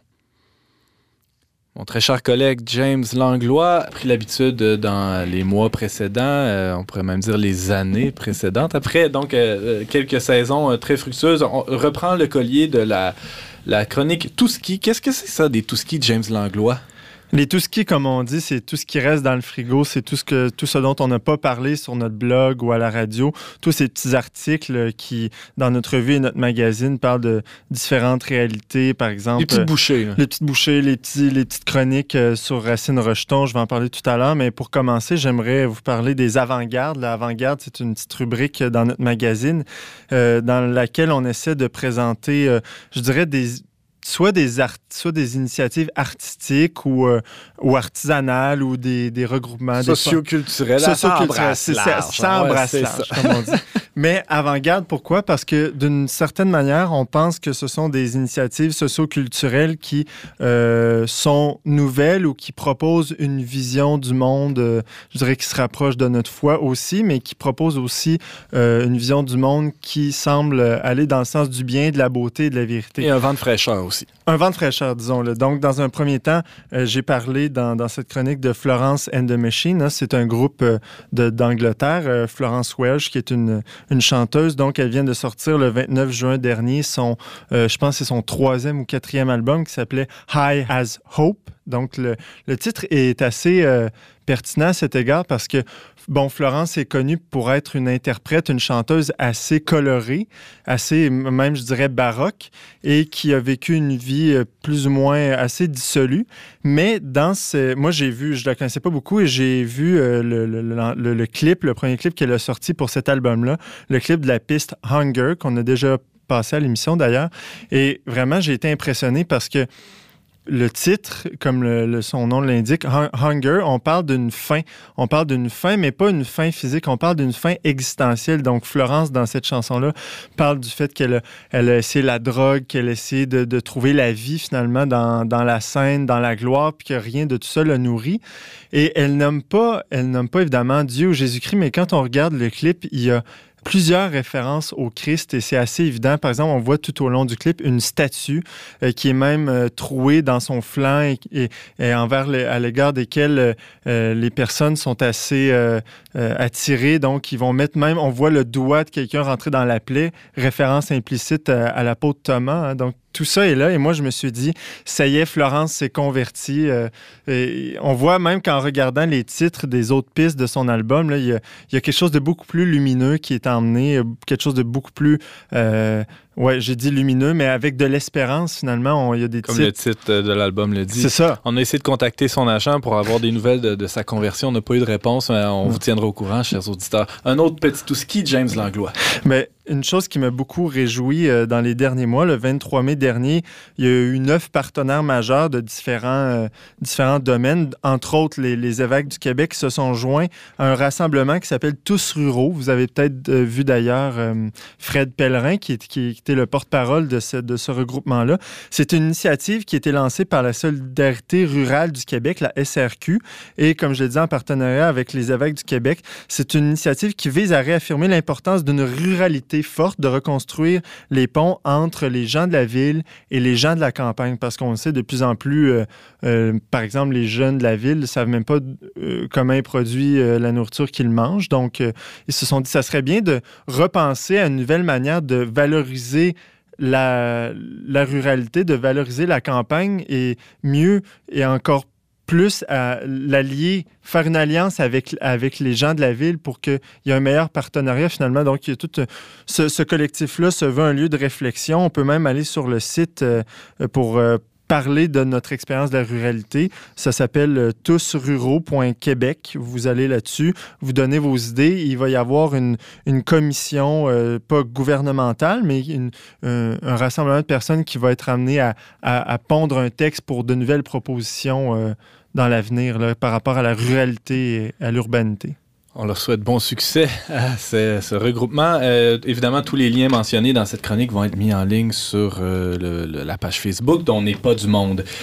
Mon très cher collègue James Langlois a pris l'habitude dans les mois précédents, euh, on pourrait même dire les années précédentes. Après donc euh, quelques saisons euh, très fructueuses, on reprend le collier de la, la chronique Tout ski. Qu'est-ce que c'est ça des Tout ski, James Langlois? Les tout ski, comme on dit, c'est tout ce qui reste dans le frigo, c'est tout ce, que, tout ce dont on n'a pas parlé sur notre blog ou à la radio, tous ces petits articles qui, dans notre revue et notre magazine, parlent de différentes réalités, par exemple... Les petites bouchées. Là. Les petites bouchées, les, petits, les petites chroniques euh, sur Racine Rejeton, je vais en parler tout à l'heure, mais pour commencer, j'aimerais vous parler des avant-gardes. L'avant-garde, c'est une petite rubrique dans notre magazine euh, dans laquelle on essaie de présenter, euh, je dirais, des... Soit des, art- soit des initiatives artistiques ou, euh, ou artisanales ou des, des regroupements. Socioculturels. Socioculturels. C'est ça, ça embrasse ouais, large, comme on dit. Mais avant-garde, pourquoi? Parce que d'une certaine manière, on pense que ce sont des initiatives socioculturelles qui euh, sont nouvelles ou qui proposent une vision du monde, euh, je dirais, qui se rapproche de notre foi aussi, mais qui proposent aussi euh, une vision du monde qui semble aller dans le sens du bien, de la beauté et de la vérité. Et un vent de fraîcheur aussi. Un vent de fraîcheur, disons-le. Donc, dans un premier temps, euh, j'ai parlé dans, dans cette chronique de Florence and the Machine. Hein. C'est un groupe euh, de, d'Angleterre, euh, Florence Welch, qui est une, une chanteuse. Donc, elle vient de sortir le vingt-neuf juin dernier son, euh, je pense que c'est son troisième ou quatrième album qui s'appelait High as Hope. Donc, le, le titre est assez euh, pertinent à cet égard parce que, bon, Florence est connue pour être une interprète, une chanteuse assez colorée, assez, même, je dirais, baroque, et qui a vécu une vie euh, plus ou moins assez dissolue. Mais dans ce... Moi, j'ai vu, je la connaissais pas beaucoup, et j'ai vu euh, le, le, le, le clip, le premier clip qu'elle a sorti pour cet album-là, le clip de la piste Hunger, qu'on a déjà passé à l'émission, d'ailleurs. Et vraiment, j'ai été impressionné parce que le titre, comme le, le, son nom l'indique, Hunger, on parle d'une faim. On parle d'une faim, mais pas une faim physique, on parle d'une faim existentielle. Donc, Florence, dans cette chanson-là, parle du fait qu'elle a, elle a essayé la drogue, qu'elle a essayé de, de trouver la vie, finalement, dans, dans la scène, dans la gloire, puis que rien de tout ça la nourrit. Et elle nomme pas, elle nomme pas, évidemment, Dieu ou Jésus-Christ, mais quand on regarde le clip, il y a plusieurs références au Christ et c'est assez évident. Par exemple, on voit tout au long du clip une statue euh, qui est même euh, trouée dans son flanc et, et, et envers le, à l'égard desquelles euh, les personnes sont assez euh, euh, attirées. Donc, ils vont mettre même, on voit le doigt de quelqu'un rentrer dans la plaie, référence implicite à, à l'apôtre Thomas. Hein. Donc, tout ça est là et moi, je me suis dit, ça y est, Florence s'est convertie. Euh, et on voit même qu'en regardant les titres des autres pistes de son album, là, il y a, il y a quelque chose de beaucoup plus lumineux qui est emmené, quelque chose de beaucoup plus... Euh, ouais, j'ai dit lumineux, mais avec de l'espérance, finalement. Il y a des Comme titres... le titre de l'album le dit. C'est ça. On a essayé de contacter son agent pour avoir des nouvelles de, de sa conversion. On n'a pas eu de réponse. On mmh. vous tiendra au courant, chers auditeurs. Un autre petit tout-ski, James Langlois. Mais une chose qui m'a beaucoup réjoui euh, dans les derniers mois, le vingt-trois mai dernier, il y a eu neuf partenaires majeurs de différents, euh, différents domaines, entre autres les, les évêques du Québec, qui se sont joints à un rassemblement qui s'appelle Tous ruraux. Vous avez peut-être euh, vu d'ailleurs euh, Fred Pellerin, qui, qui, qui était le porte-parole de ce, de ce regroupement-là. C'est une initiative qui a été lancée par la Solidarité rurale du Québec, la S R Q, et comme je l'ai dit, en partenariat avec les évêques du Québec, c'est une initiative qui vise à réaffirmer l'importance d'une ruralité forte, de reconstruire les ponts entre les gens de la ville et les gens de la campagne, parce qu'on sait de plus en plus, euh, euh, par exemple, les jeunes de la ville ne savent même pas euh, comment ils produisent euh, la nourriture qu'ils mangent. Donc, euh, ils se sont dit, ça serait bien de repenser à une nouvelle manière de valoriser la, la ruralité, de valoriser la campagne et mieux et encore plus à l'allier, faire une alliance avec, avec les gens de la ville pour qu'il y ait un meilleur partenariat finalement. Donc, il y a tout ce, ce collectif-là se veut un lieu de réflexion. On peut même aller sur le site euh, pour euh, parler de notre expérience de la ruralité. Ça s'appelle euh, tous ruraux point québec. Vous allez là-dessus, vous donnez vos idées. Il va y avoir une, une commission, euh, pas gouvernementale, mais une, euh, un rassemblement de personnes qui va être amené à, à, à pondre un texte pour de nouvelles propositions euh, dans l'avenir là, par rapport à la ruralité et à l'urbanité. On leur souhaite bon succès à ce, ce regroupement. Euh, évidemment, tous les liens mentionnés dans cette chronique vont être mis en ligne sur euh, le, le, la page Facebook dont On n'est pas du monde.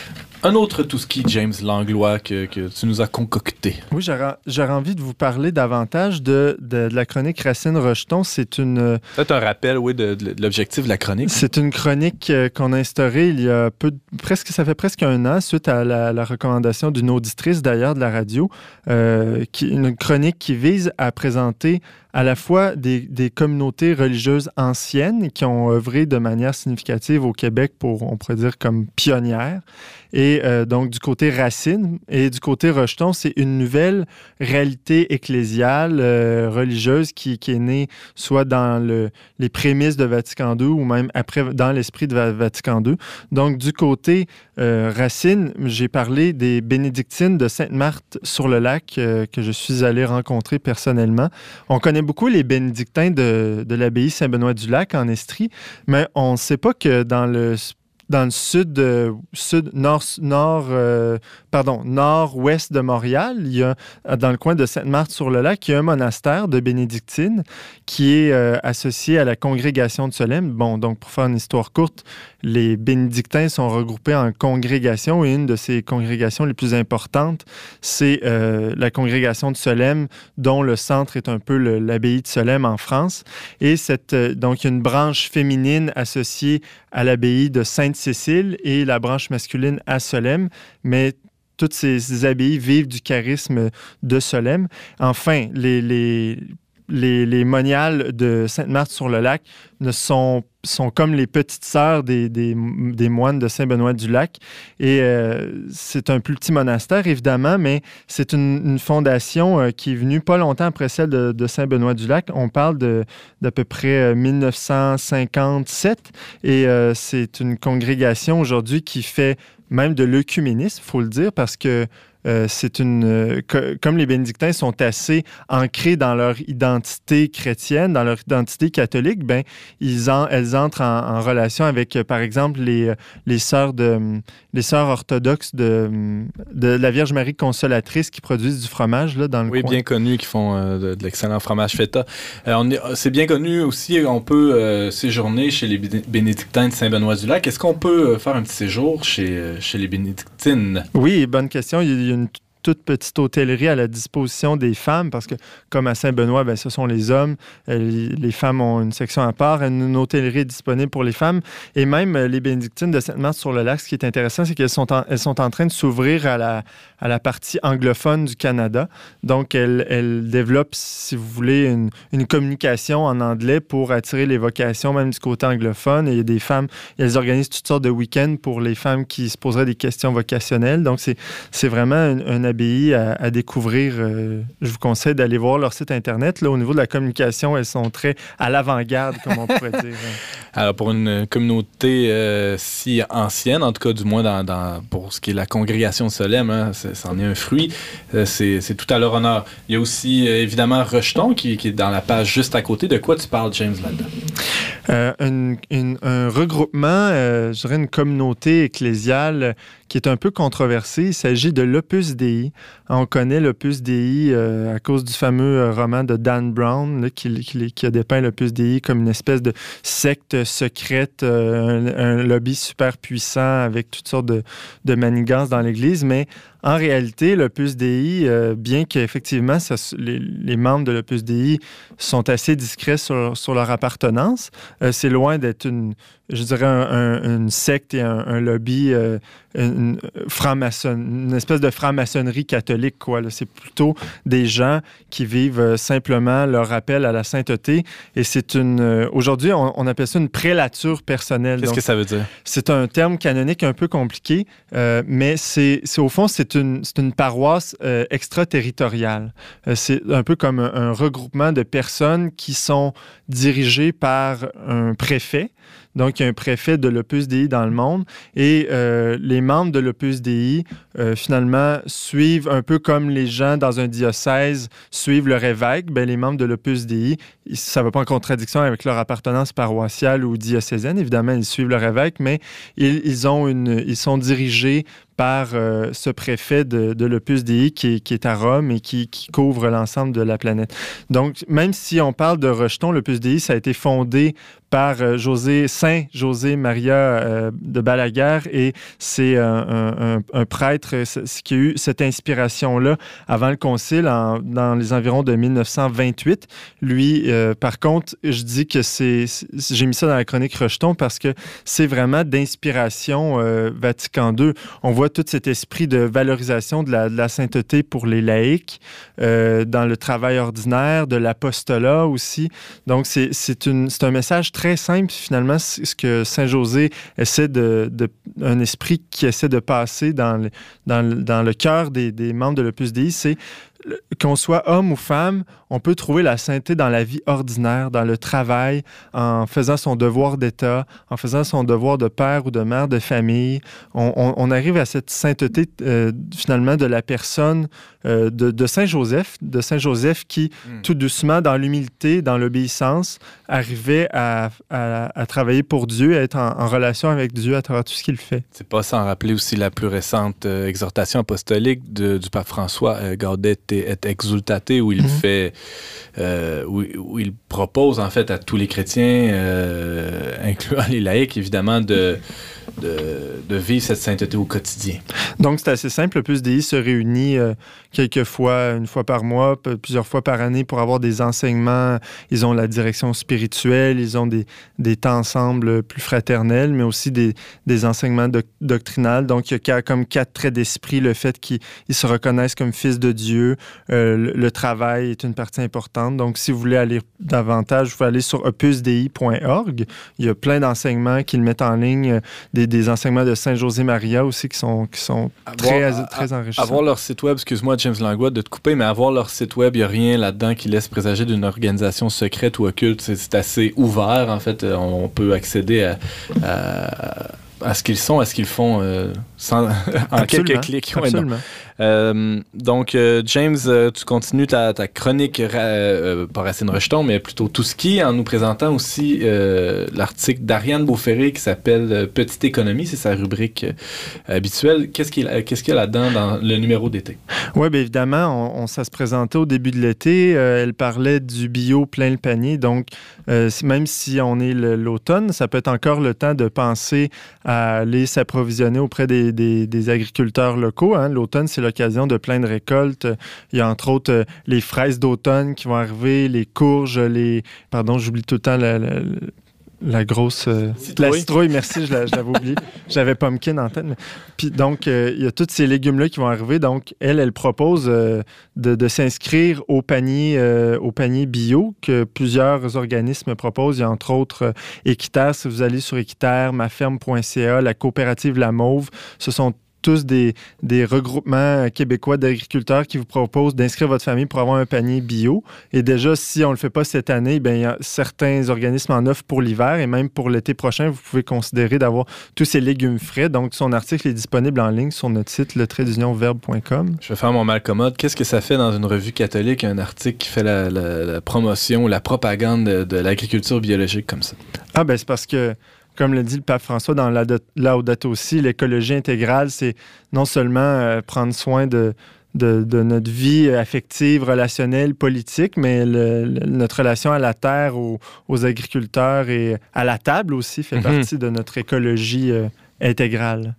un autre tout ski, James Langlois, que, que tu nous as concocté. Oui, j'aurais, j'aurais envie de vous parler davantage de, de, de la chronique Racine-Rejeton. C'est une... Peut-être un rappel, oui, de, de l'objectif de la chronique. C'est une chronique euh, qu'on a instaurée il y a peu, presque, ça fait presque un an, suite à la, la recommandation d'une auditrice d'ailleurs de la radio, euh, qui, une chronique qui vise à présenter à la fois des, des communautés religieuses anciennes qui ont œuvré de manière significative au Québec pour, on pourrait dire, comme pionnières. Et euh, donc, du côté Racine et du côté Rejeton, c'est une nouvelle réalité ecclésiale, euh, religieuse qui, qui est née soit dans le, les prémices de Vatican deux ou même après dans l'esprit de Vatican deux. Donc, du côté euh, Racine, j'ai parlé des bénédictines de Sainte-Marthe-sur-le-Lac euh, que je suis allé rencontrer personnellement. On connaît beaucoup les bénédictins de, de l'abbaye Saint-Benoît-du-Lac en Estrie, mais on ne sait pas que dans le dans le sud, euh, sud nord, nord, euh, pardon, nord-ouest de Montréal, il y a, dans le coin de Sainte-Marthe-sur-le-Lac, il y a un monastère de bénédictines qui est euh, associé à la congrégation de Solesmes. Bon, donc pour faire une histoire courte, les bénédictins sont regroupés en congrégations et une de ces congrégations les plus importantes, c'est euh, la congrégation de Solesmes, dont le centre est un peu le, l'abbaye de Solesmes en France. Et cette, euh, donc il y a une branche féminine associée à l'abbaye de Sainte-Cécile et la branche masculine à Solesmes, mais toutes ces, ces abbayes vivent du charisme de Solesmes. Enfin, les, les, les, les moniales de Sainte-Marthe-sur-le-Lac ne sont, sont comme les petites sœurs des, des, des moines de Saint-Benoît-du-Lac. Et euh, c'est un plus petit monastère, évidemment, mais c'est une, une fondation euh, qui est venue pas longtemps après celle de, de Saint-Benoît-du-Lac. On parle de, d'à peu près euh, dix-neuf cent cinquante-sept. Et euh, c'est une congrégation aujourd'hui qui fait même de l'œcuménisme, il faut le dire, parce que Euh, c'est une, euh, co- comme les bénédictins sont assez ancrés dans leur identité chrétienne, dans leur identité catholique, ben ils en, elles entrent en, en relation avec, euh, par exemple, les, les sœurs de, les sœurs orthodoxes de, de la Vierge Marie Consolatrice qui produisent du fromage là dans le oui, coin. Bien connu, qui font euh, de, de l'excellent fromage feta. Euh, on est, c'est bien connu aussi. On peut euh, séjourner chez les bénédictins de Saint-Benoît-du-Lac. Est-ce qu'on peut faire un petit séjour chez, chez les bénédictines? Oui, bonne question. Il y a une toute petite hôtellerie à la disposition des femmes, parce que comme à Saint-Benoît, ben, ce sont les hommes. Euh, les femmes ont une section à part. Une hôtellerie est disponible pour les femmes. Et même euh, les bénédictines de Sainte-Marthe-sur-le-Lac, ce qui est intéressant, c'est qu'elles sont en, elles sont en train de s'ouvrir à la, à la partie anglophone du Canada. Donc, elles, elles développent, si vous voulez, une, une communication en anglais pour attirer les vocations, même du côté anglophone. Et il y a des femmes, elles organisent toutes sortes de week-ends pour les femmes qui se poseraient des questions vocationnelles. Donc, c'est, c'est vraiment un, un abbaye à, à découvrir. Euh, je vous conseille d'aller voir leur site Internet. Là, au niveau de la communication, elles sont très à l'avant-garde, comme on pourrait dire. Alors, pour une communauté euh, si ancienne, en tout cas, du moins dans, dans, pour ce qui est la congrégation de Solesmes, hein, c'en est un fruit, euh, c'est, c'est tout à leur honneur. Il y a aussi, euh, évidemment, Rejeton, qui, qui est dans la page juste à côté. De quoi tu parles, James, là-dedans? Euh, une, une, un regroupement, euh, je dirais une communauté ecclésiale qui est un peu controversée. Il s'agit de l'Opus Dei. On connaît l'Opus Dei euh, à cause du fameux euh, roman de Dan Brown là, qui, qui, qui a dépeint l'Opus Dei comme une espèce de secte secrète, euh, un, un lobby super puissant avec toutes sortes de, de manigances dans l'Église. Mais en réalité, l'Opus Dei, euh, bien qu'effectivement ça, les, les membres de l'Opus Dei sont assez discrets sur, sur leur appartenance, euh, c'est loin d'être une, je dirais, un, un, une secte et un, un lobby, euh, une, franc-maçon, une espèce de franc-maçonnerie catholique, quoi. Là. C'est plutôt des gens qui vivent euh, simplement leur appel à la sainteté. Et c'est une... Euh, aujourd'hui, on, on appelle ça une prélature personnelle. Qu'est-ce Donc, que ça veut dire? C'est un terme canonique un peu compliqué, euh, mais c'est, c'est au fond, c'est une, c'est une paroisse euh, extraterritoriale. Euh, c'est un peu comme un, un regroupement de personnes qui sont dirigées par un préfet. Donc, il y a un préfet de l'Opus Dei dans le monde et euh, les membres de l'Opus Dei, euh, finalement, suivent un peu comme les gens dans un diocèse suivent leur évêque. Bien, les membres de l'Opus Dei, ça ne va pas en contradiction avec leur appartenance paroissiale ou diocésaine. Évidemment, ils suivent leur évêque, mais ils, ils, ont une, ils sont dirigés par euh, ce préfet de, de l'Opus Dei qui, qui est à Rome et qui, qui couvre l'ensemble de la planète. Donc, même si on parle de rejeton, l'Opus Dei, ça a été fondé par euh, José, Saint José Maria euh, de Balaguer, et c'est euh, un, un, un prêtre qui a eu cette inspiration-là avant le concile, en, dans les environs de mille neuf cent vingt-huit. Lui, euh, par contre, je dis que c'est, c'est... J'ai mis ça dans la chronique rejeton parce que c'est vraiment d'inspiration euh, Vatican deux. On voit tout cet esprit de valorisation de la, de la sainteté pour les laïcs, euh, dans le travail ordinaire, de l'apostolat aussi. Donc, c'est, c'est, une, c'est un message très simple, finalement, ce que Saint José essaie de, de... un esprit qui essaie de passer dans le, dans le, dans le cœur des, des membres de l'Opus Dei, c'est qu'on soit homme ou femme, on peut trouver la sainteté dans la vie ordinaire, dans le travail, en faisant son devoir d'État, en faisant son devoir de père ou de mère de famille. On, on, on arrive à cette sainteté, euh, finalement, de la personne euh, de, de Saint Joseph, de Saint Joseph qui, mm. tout doucement, dans l'humilité, dans l'obéissance, arrivait à, à, à travailler pour Dieu, à être en, en relation avec Dieu à travers tout ce qu'il fait. C'est pas sans rappeler aussi la plus récente euh, exhortation apostolique de, du pape François, euh, Gaudete et Exultate, où il mm-hmm. fait, euh, où, où il propose en fait à tous les chrétiens, euh, incluant les laïcs évidemment, de De, de vivre cette sainteté au quotidien. Donc, c'est assez simple. L'Opus Dei se réunit euh, quelques fois, une fois par mois, p- plusieurs fois par année pour avoir des enseignements. Ils ont la direction spirituelle, ils ont des, des temps ensemble plus fraternels, mais aussi des, des enseignements doc- doctrinales. Donc, il y a comme quatre traits d'esprit, le fait qu'ils se reconnaissent comme fils de Dieu. Euh, le, le travail est une partie importante. Donc, si vous voulez aller davantage, vous pouvez aller sur opus dei point org. Il y a plein d'enseignements qu'ils mettent en ligne, des des enseignements de Saint José Maria aussi qui sont, qui sont très, avoir, très enrichissants. Avoir leur site web, excuse-moi James Langlois de te couper, mais avoir leur site web, il n'y a rien là-dedans qui laisse présager d'une organisation secrète ou occulte. C'est, c'est assez ouvert, en fait. On peut accéder à, à, à ce qu'ils sont, à ce qu'ils font euh, sans, en quelques clics. Absolument. Ouais, Euh, donc, euh, James, euh, tu continues ta, ta chronique, euh, pas Racine Rejeton, mais plutôt Tout ski, en nous présentant aussi euh, l'article d'Ariane Beauferré qui s'appelle Petite économie, c'est sa rubrique euh, habituelle. Qu'est-ce qu'il, qu'est-ce qu'il y a là-dedans dans le numéro d'été? Oui, bien évidemment, on, on, ça se présentait au début de l'été. Euh, elle parlait du bio plein le panier. Donc, euh, même si on est le, l'automne, ça peut être encore le temps de penser à aller s'approvisionner auprès des, des, des agriculteurs locaux. Hein. L'automne, c'est l'occasion de plein de récoltes. Il y a entre autres euh, les fraises d'automne qui vont arriver, les courges, les... Pardon, j'oublie tout le temps la, la, la grosse... Euh... Citrouille. La citrouille, merci, je, la, je l'avais oublié. J'avais pumpkin en tête. Mais... Puis donc, euh, il y a tous ces légumes-là qui vont arriver. Donc, elle, elle propose euh, de, de s'inscrire au panier, euh, au panier bio que plusieurs organismes proposent. Il y a entre autres euh, Équiterre. Si vous allez sur Équiterre, ma ferme point c a, la coopérative La Mauve, ce sont tous des, des regroupements québécois d'agriculteurs qui vous proposent d'inscrire votre famille pour avoir un panier bio. Et déjà, si on ne le fait pas cette année, bien, il y a certains organismes en offre pour l'hiver et même pour l'été prochain, vous pouvez considérer d'avoir tous ces légumes frais. Donc, son article est disponible en ligne sur notre site le trait d'union verbe point com. Je vais faire mon mal commode. Qu'est-ce que ça fait dans une revue catholique, un article qui fait la, la, la promotion, la propagande de, de l'agriculture biologique comme ça? Ah, ben c'est parce que comme le dit le pape François dans Laudato Si, l'écologie intégrale, c'est non seulement euh, prendre soin de, de, de notre vie affective, relationnelle, politique, mais le, le, notre relation à la terre, aux, aux agriculteurs et à la table aussi fait mm-hmm. partie de notre écologie euh, intégrale.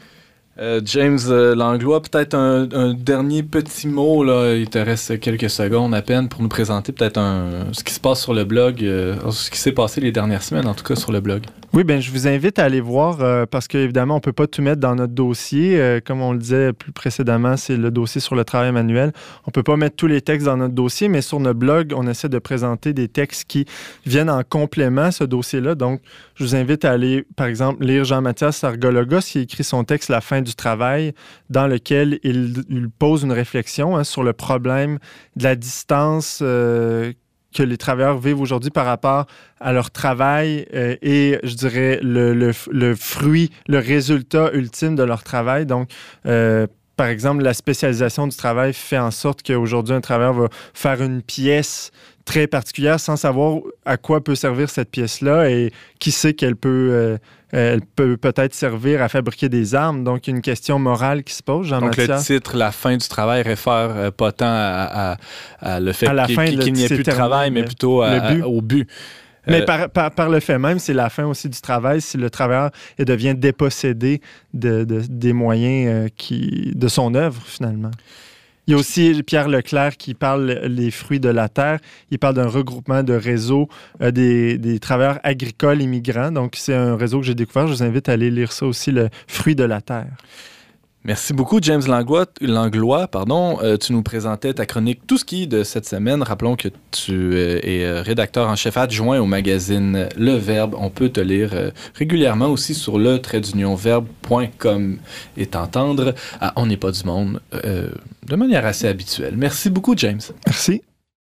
Euh, James euh, Langlois, peut-être un, un dernier petit mot, là. Il te reste quelques secondes à peine pour nous présenter peut-être un, ce qui se passe sur le blog, euh, ce qui s'est passé les dernières semaines, en tout cas sur le blog. Oui, bien, je vous invite à aller voir euh, parce qu'évidemment, on ne peut pas tout mettre dans notre dossier. Euh, comme on le disait plus précédemment, c'est le dossier sur le travail manuel. On ne peut pas mettre tous les textes dans notre dossier, mais sur notre blog, on essaie de présenter des textes qui viennent en complément à ce dossier-là. Donc, je vous invite à aller, par exemple, lire Jean-Mathias Argologos qui a écrit son texte « La fin du travail », dans lequel il, il pose une réflexion hein, sur le problème de la distance euh, que les travailleurs vivent aujourd'hui par rapport à leur travail euh, et, je dirais, le, le, le fruit, le résultat ultime de leur travail. Donc, euh, par exemple, la spécialisation du travail fait en sorte qu'aujourd'hui, un travailleur va faire une pièce très particulière sans savoir à quoi peut servir cette pièce-là et qui sait qu'elle peut, euh, elle peut peut-être servir à fabriquer des armes. Donc, il y a une question morale qui se pose, Jean-Mathias. Donc, le titre « La fin du travail » réfère euh, pas tant à, à, à le fait à qu'il, fin, qu'il, qu'il n'y ait plus de terminé, travail, mais plutôt à, but. À, au but. Mais euh, par, par, par le fait même, c'est la fin aussi du travail. Si le travailleur il devient dépossédé de, de, des moyens euh, qui, de son œuvre, finalement. Il y a aussi Pierre Leclerc qui parle les fruits de la terre. Il parle d'un regroupement de réseaux euh, des, des travailleurs agricoles immigrants. Donc, c'est un réseau que j'ai découvert. Je vous invite à aller lire ça aussi, le fruit de la terre. Merci beaucoup, James Langlois. Langlois pardon. Euh, tu nous présentais ta chronique Tout ski de cette semaine. Rappelons que tu euh, es rédacteur en chef adjoint au magazine Le Verbe. On peut te lire euh, régulièrement aussi sur le trait d'union verbe point com et t'entendre à On n'est pas du monde euh, de manière assez habituelle. Merci beaucoup, James. Merci.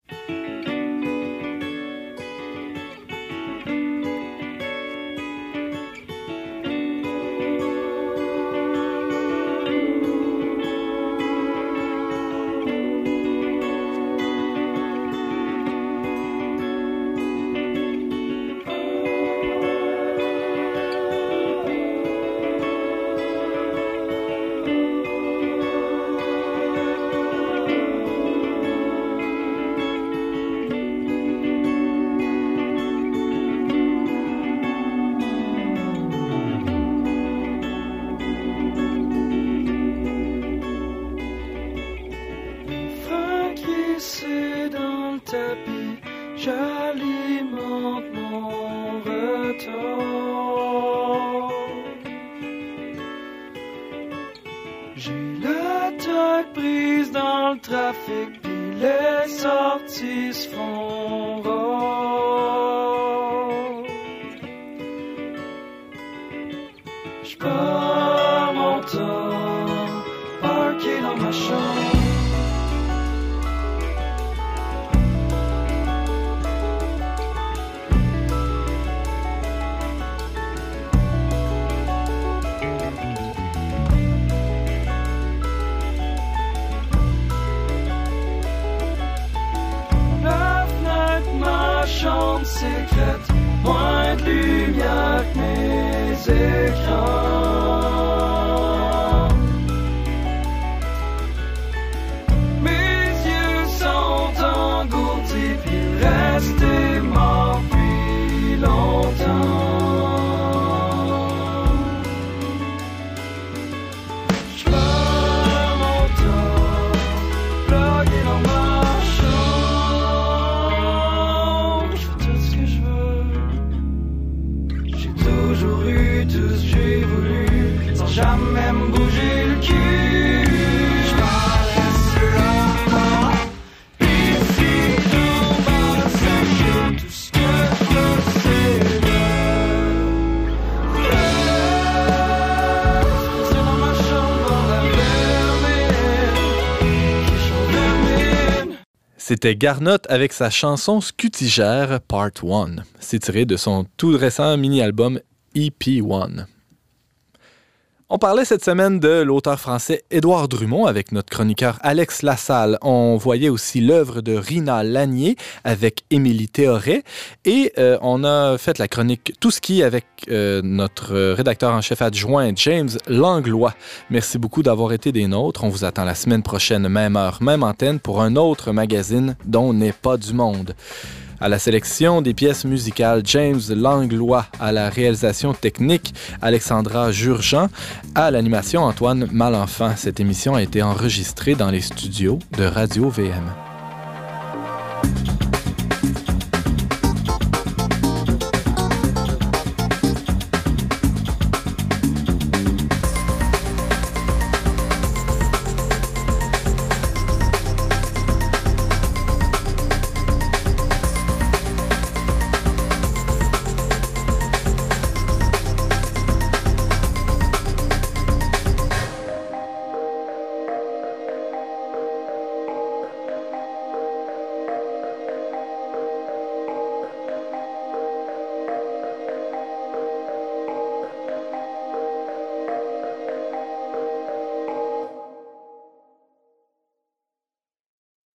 Secrète, moins de lumière que mes écrans. Mes yeux sont engourdis, puis restés morts depuis longtemps. Je perds mon temps, bloqué dans ma jamais me bouger le cul. Je m'en laisse là, ici dans ma sache, tout ce que je sais de c'est dans ma chambre dans la vermine qui chante de mine. C'était Garnotte avec sa chanson Scutigère Part un. C'est tiré de son tout récent mini-album E P un. On parlait cette semaine de l'auteur français Édouard Drummond avec notre chroniqueur Alex Lassalle. On voyait aussi l'œuvre de Rina Lanier avec Émilie Théoret. Et euh, on a fait la chronique Tout ski avec euh, notre rédacteur en chef adjoint James Langlois. Merci beaucoup d'avoir été des nôtres. On vous attend la semaine prochaine, même heure, même antenne, pour un autre magazine dont n'est pas du monde. À la sélection des pièces musicales, James Langlois. À la réalisation technique, Alexandra Jurgen. À l'animation, Antoine Malenfant. Cette émission a été enregistrée dans les studios de Radio V M.